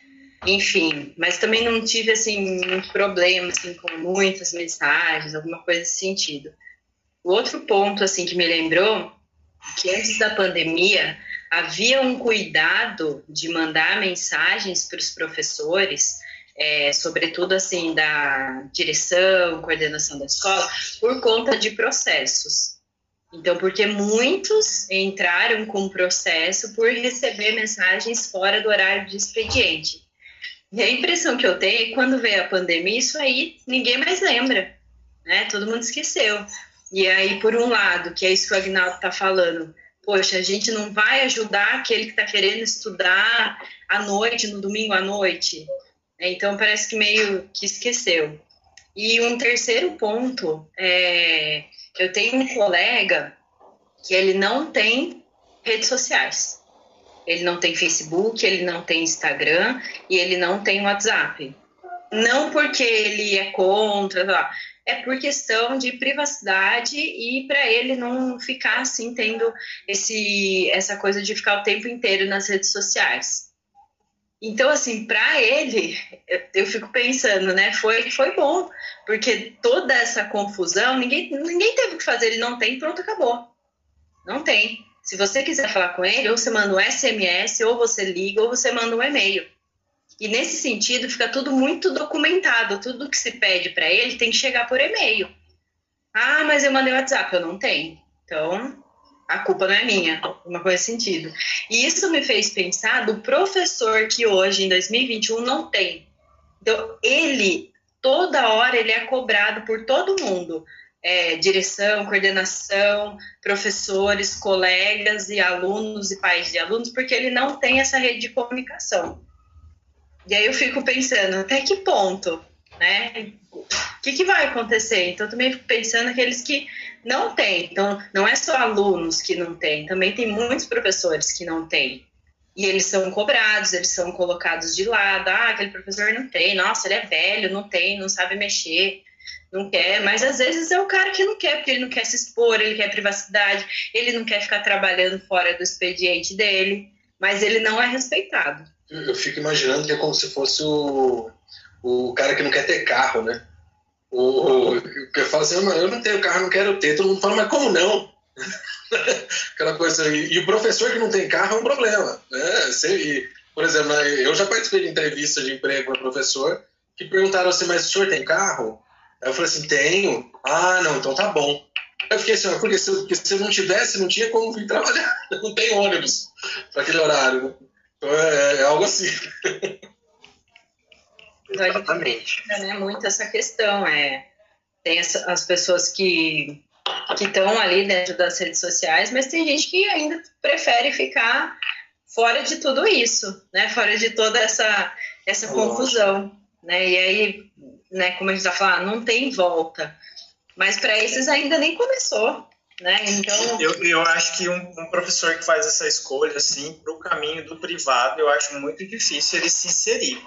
Enfim, mas também não tive, assim, muito problema, assim, com muitas mensagens, alguma coisa nesse sentido. O outro ponto, assim, que me lembrou, que antes da pandemia, havia um cuidado de mandar mensagens para os professores, é, sobretudo, assim, da direção, coordenação da escola, por conta de processos. Então, porque muitos entraram com processo por receber mensagens fora do horário de expediente. E a impressão que eu tenho é que quando veio a pandemia, isso aí ninguém mais lembra, né? Todo mundo esqueceu. E aí, por um lado, que é isso que o Agnaldo está falando, poxa, a gente não vai ajudar aquele que está querendo estudar à noite, no domingo à noite. Então, parece que meio que esqueceu. E um terceiro ponto, é, eu tenho um colega que ele não tem redes sociais. Ele não tem Facebook, ele não tem Instagram e ele não tem WhatsApp. Não porque ele é contra, é por questão de privacidade e para ele não ficar assim tendo esse, essa coisa de ficar o tempo inteiro nas redes sociais. Então, assim, para ele, eu fico pensando, né, foi, foi bom, porque toda essa confusão, ninguém, ninguém teve o que fazer, ele não tem, pronto, acabou. Não tem. Se você quiser falar com ele, ou você manda um S M S, ou você liga, ou você manda um e-mail. E nesse sentido, fica tudo muito documentado. Tudo que se pede para ele tem que chegar por e-mail. Ah, mas eu mandei o WhatsApp. Eu não tenho. Então, a culpa não é minha. Uma coisa nesse sentido. E isso me fez pensar do professor que hoje, em dois mil e vinte e um, não tem. Então, ele, toda hora, ele é cobrado por todo mundo. É, direção, coordenação, professores, colegas e alunos e pais de alunos, porque ele não tem essa rede de comunicação. E aí eu fico pensando, até que ponto, né? O que, que vai acontecer? Então, eu também fico pensando aqueles que não têm. Então, não é só alunos que não têm, também tem muitos professores que não têm. E eles são cobrados, eles são colocados de lado. Ah, aquele professor não tem, nossa, ele é velho, não tem, não sabe mexer. Não quer, mas às vezes é o cara que não quer, porque ele não quer se expor, ele quer privacidade, ele não quer ficar trabalhando fora do expediente dele, mas ele não é respeitado. Eu fico imaginando que é como se fosse o, o cara que não quer ter carro, né? O, o que fala assim, eu não tenho carro, não quero ter. Todo mundo fala, mas como não? Aquela coisa. E, e o professor que não tem carro é um problema, né? E, por exemplo, eu já participei de entrevista de emprego para professor que perguntaram assim, mas o senhor tem carro? Aí eu falei assim, tenho. Ah, não, então tá bom. Eu fiquei assim, porque se, porque se eu não tivesse, não tinha como vir trabalhar. Não tem ônibus para aquele horário, né? Então é, é algo assim. Exatamente. É muito essa questão. É, tem essa, as pessoas que que estão ali dentro das redes sociais, mas tem gente que ainda prefere ficar fora de tudo isso, né? Fora de toda essa, essa confusão. Né? E aí, né, como a gente está falando, não tem volta. Mas para esses ainda nem começou. Né? Então... Eu, eu acho que um, um professor que faz essa escolha assim, para o caminho do privado, eu acho muito difícil ele se inserir.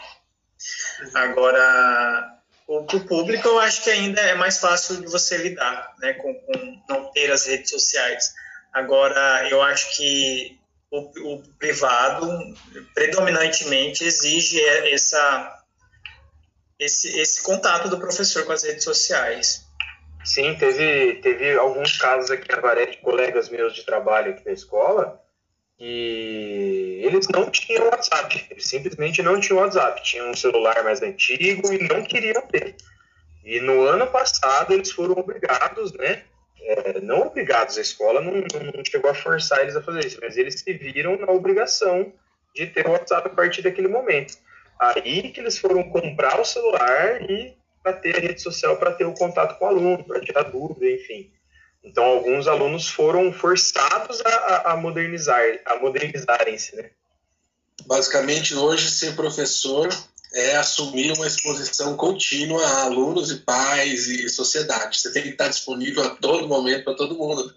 Agora, o, o público eu acho que ainda é mais fácil de você lidar, né, com, com não ter as redes sociais. Agora, eu acho que o, o privado predominantemente exige essa, esse, esse contato do professor com as redes sociais. Sim, teve, teve alguns casos aqui agora de colegas meus de trabalho aqui da escola e eles não tinham WhatsApp, eles simplesmente não tinham WhatsApp, tinham um celular mais antigo e não queriam ter. E no ano passado eles foram obrigados, né? É, não obrigados, a escola não, não chegou a forçar eles a fazer isso, mas eles se viram na obrigação de ter o WhatsApp a partir daquele momento. Aí que eles foram comprar o celular e para ter a rede social, para ter o contato com o aluno, para tirar dúvida, enfim. Então, alguns alunos foram forçados a, a modernizar, a modernizarem-se, né? Basicamente, hoje, ser professor é assumir uma exposição contínua a alunos e pais e sociedade. Você tem que estar disponível a todo momento para todo mundo.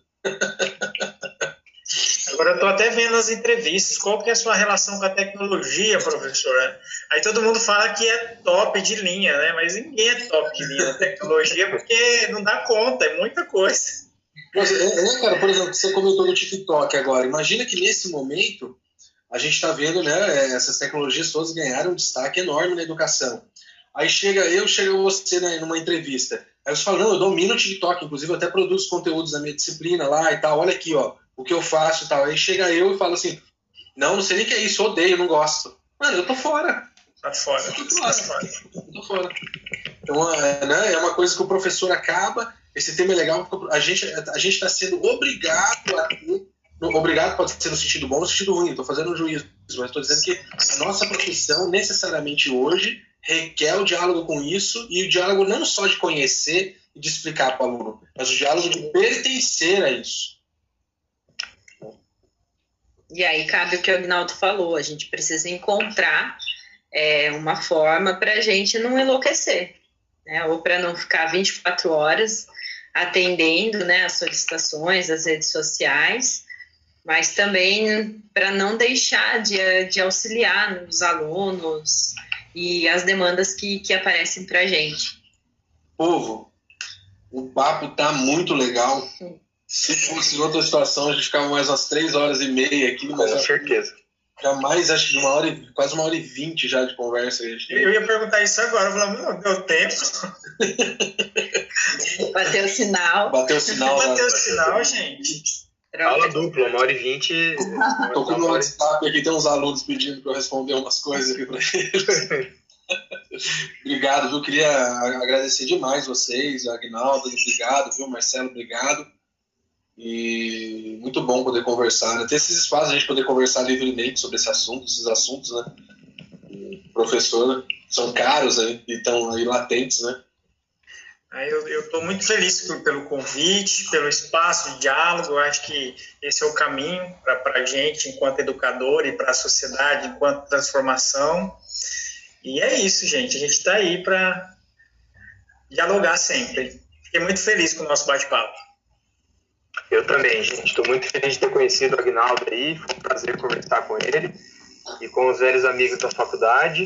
Agora eu estou até vendo as entrevistas. Qual que é a sua relação com a tecnologia, professor? Aí todo mundo fala que é top de linha, né? Mas ninguém é top de linha na tecnologia porque não dá conta, é muita coisa. É, é, cara, por exemplo, você comentou no TikTok agora. Imagina que nesse momento a gente está vendo, né, essas tecnologias todas ganharam um destaque enorme na educação. Aí chega eu, chega você, né, numa entrevista. Aí você fala, não, eu domino o TikTok, inclusive eu até produzo conteúdos da minha disciplina lá e tal, olha aqui, ó, o que eu faço e tal. Aí chega eu e falo assim, não, não sei nem o que é isso, eu odeio, não gosto. Mano, eu tô fora. Tá fora. Eu tô fora. fora. Eu tô fora. Então, é, né, é uma coisa que o professor acaba, esse tema é legal, porque a gente a gente está sendo obrigado a ter. Obrigado pode ser no sentido bom ou no sentido ruim, estou fazendo um juízo, mas estou dizendo que a nossa profissão, necessariamente hoje, requer o diálogo com isso, e o diálogo não só de conhecer e de explicar para o aluno, mas o diálogo de pertencer a isso. E aí cabe o que o Aguinaldo falou, a gente precisa encontrar é, uma forma para a gente não enlouquecer, né? Ou para não ficar vinte e quatro horas atendendo, né, as solicitações das redes sociais, mas também para não deixar de, de auxiliar os alunos e as demandas que, que aparecem para a gente. Povo, o papo tá muito legal. Sim. Se fosse outra situação, a gente ficava mais umas três horas e meia aqui. Com certeza. Já mais, acho que uma hora e, quase uma hora e vinte já de conversa. Gente. Eu ia perguntar isso agora, eu falei, não deu tempo. Bateu o sinal. Bateu o sinal. Bateu o sinal, gente. Aula dupla, uma hora e vinte. Tô com o meu WhatsApp aqui, tem uns alunos pedindo para eu responder umas coisas aqui para eles. Obrigado, viu? Queria agradecer demais vocês, Aguinaldo, obrigado, viu? Marcelo, obrigado. E muito bom poder conversar, né? Ter esses espaços, a gente poder conversar livremente sobre esse assunto, esses assuntos, né? E, professor, são caros aí, e estão aí latentes, né? Eu estou muito feliz por, pelo convite, pelo espaço de diálogo. Eu acho que esse é o caminho para a gente, enquanto educador, e para a sociedade, enquanto transformação. E é isso, gente. A gente está aí para dialogar sempre. Fiquei muito feliz com o nosso bate-papo. Eu também, gente. Estou muito feliz de ter conhecido o Aguinaldo aí. Foi um prazer conversar com ele e com os velhos amigos da faculdade.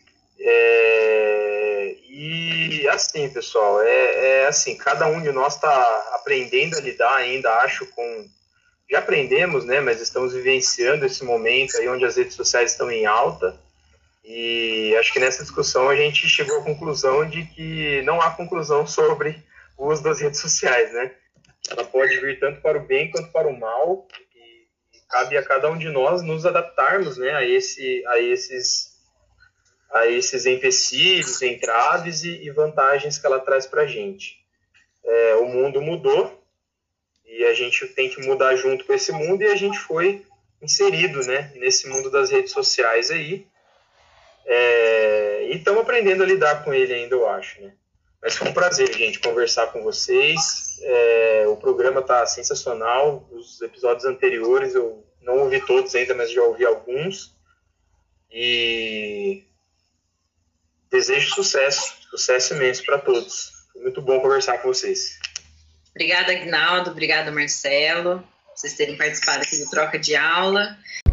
É... E assim, pessoal, é, é assim, cada um de nós está aprendendo a lidar ainda, acho, com... Já aprendemos, né, mas estamos vivenciando esse momento aí onde as redes sociais estão em alta, e acho que nessa discussão a gente chegou à conclusão de que não há conclusão sobre o uso das redes sociais, né? Ela pode vir tanto para o bem quanto para o mal, e cabe a cada um de nós nos adaptarmos, né, a, esse, a esses... a esses empecilhos, entraves e, e vantagens que ela traz para a gente. É, o mundo mudou e a gente tem que mudar junto com esse mundo, e a gente foi inserido, né, nesse mundo das redes sociais aí, é, e estamos aprendendo a lidar com ele ainda, eu acho, né? Mas foi um prazer, gente, conversar com vocês. É, o programa está sensacional. Os episódios anteriores eu não ouvi todos ainda, mas já ouvi alguns. E desejo sucesso, sucesso imenso para todos. Foi muito bom conversar com vocês. Obrigada, Aguinaldo. Obrigada, Marcelo, por vocês terem participado aqui do Troca de Aula.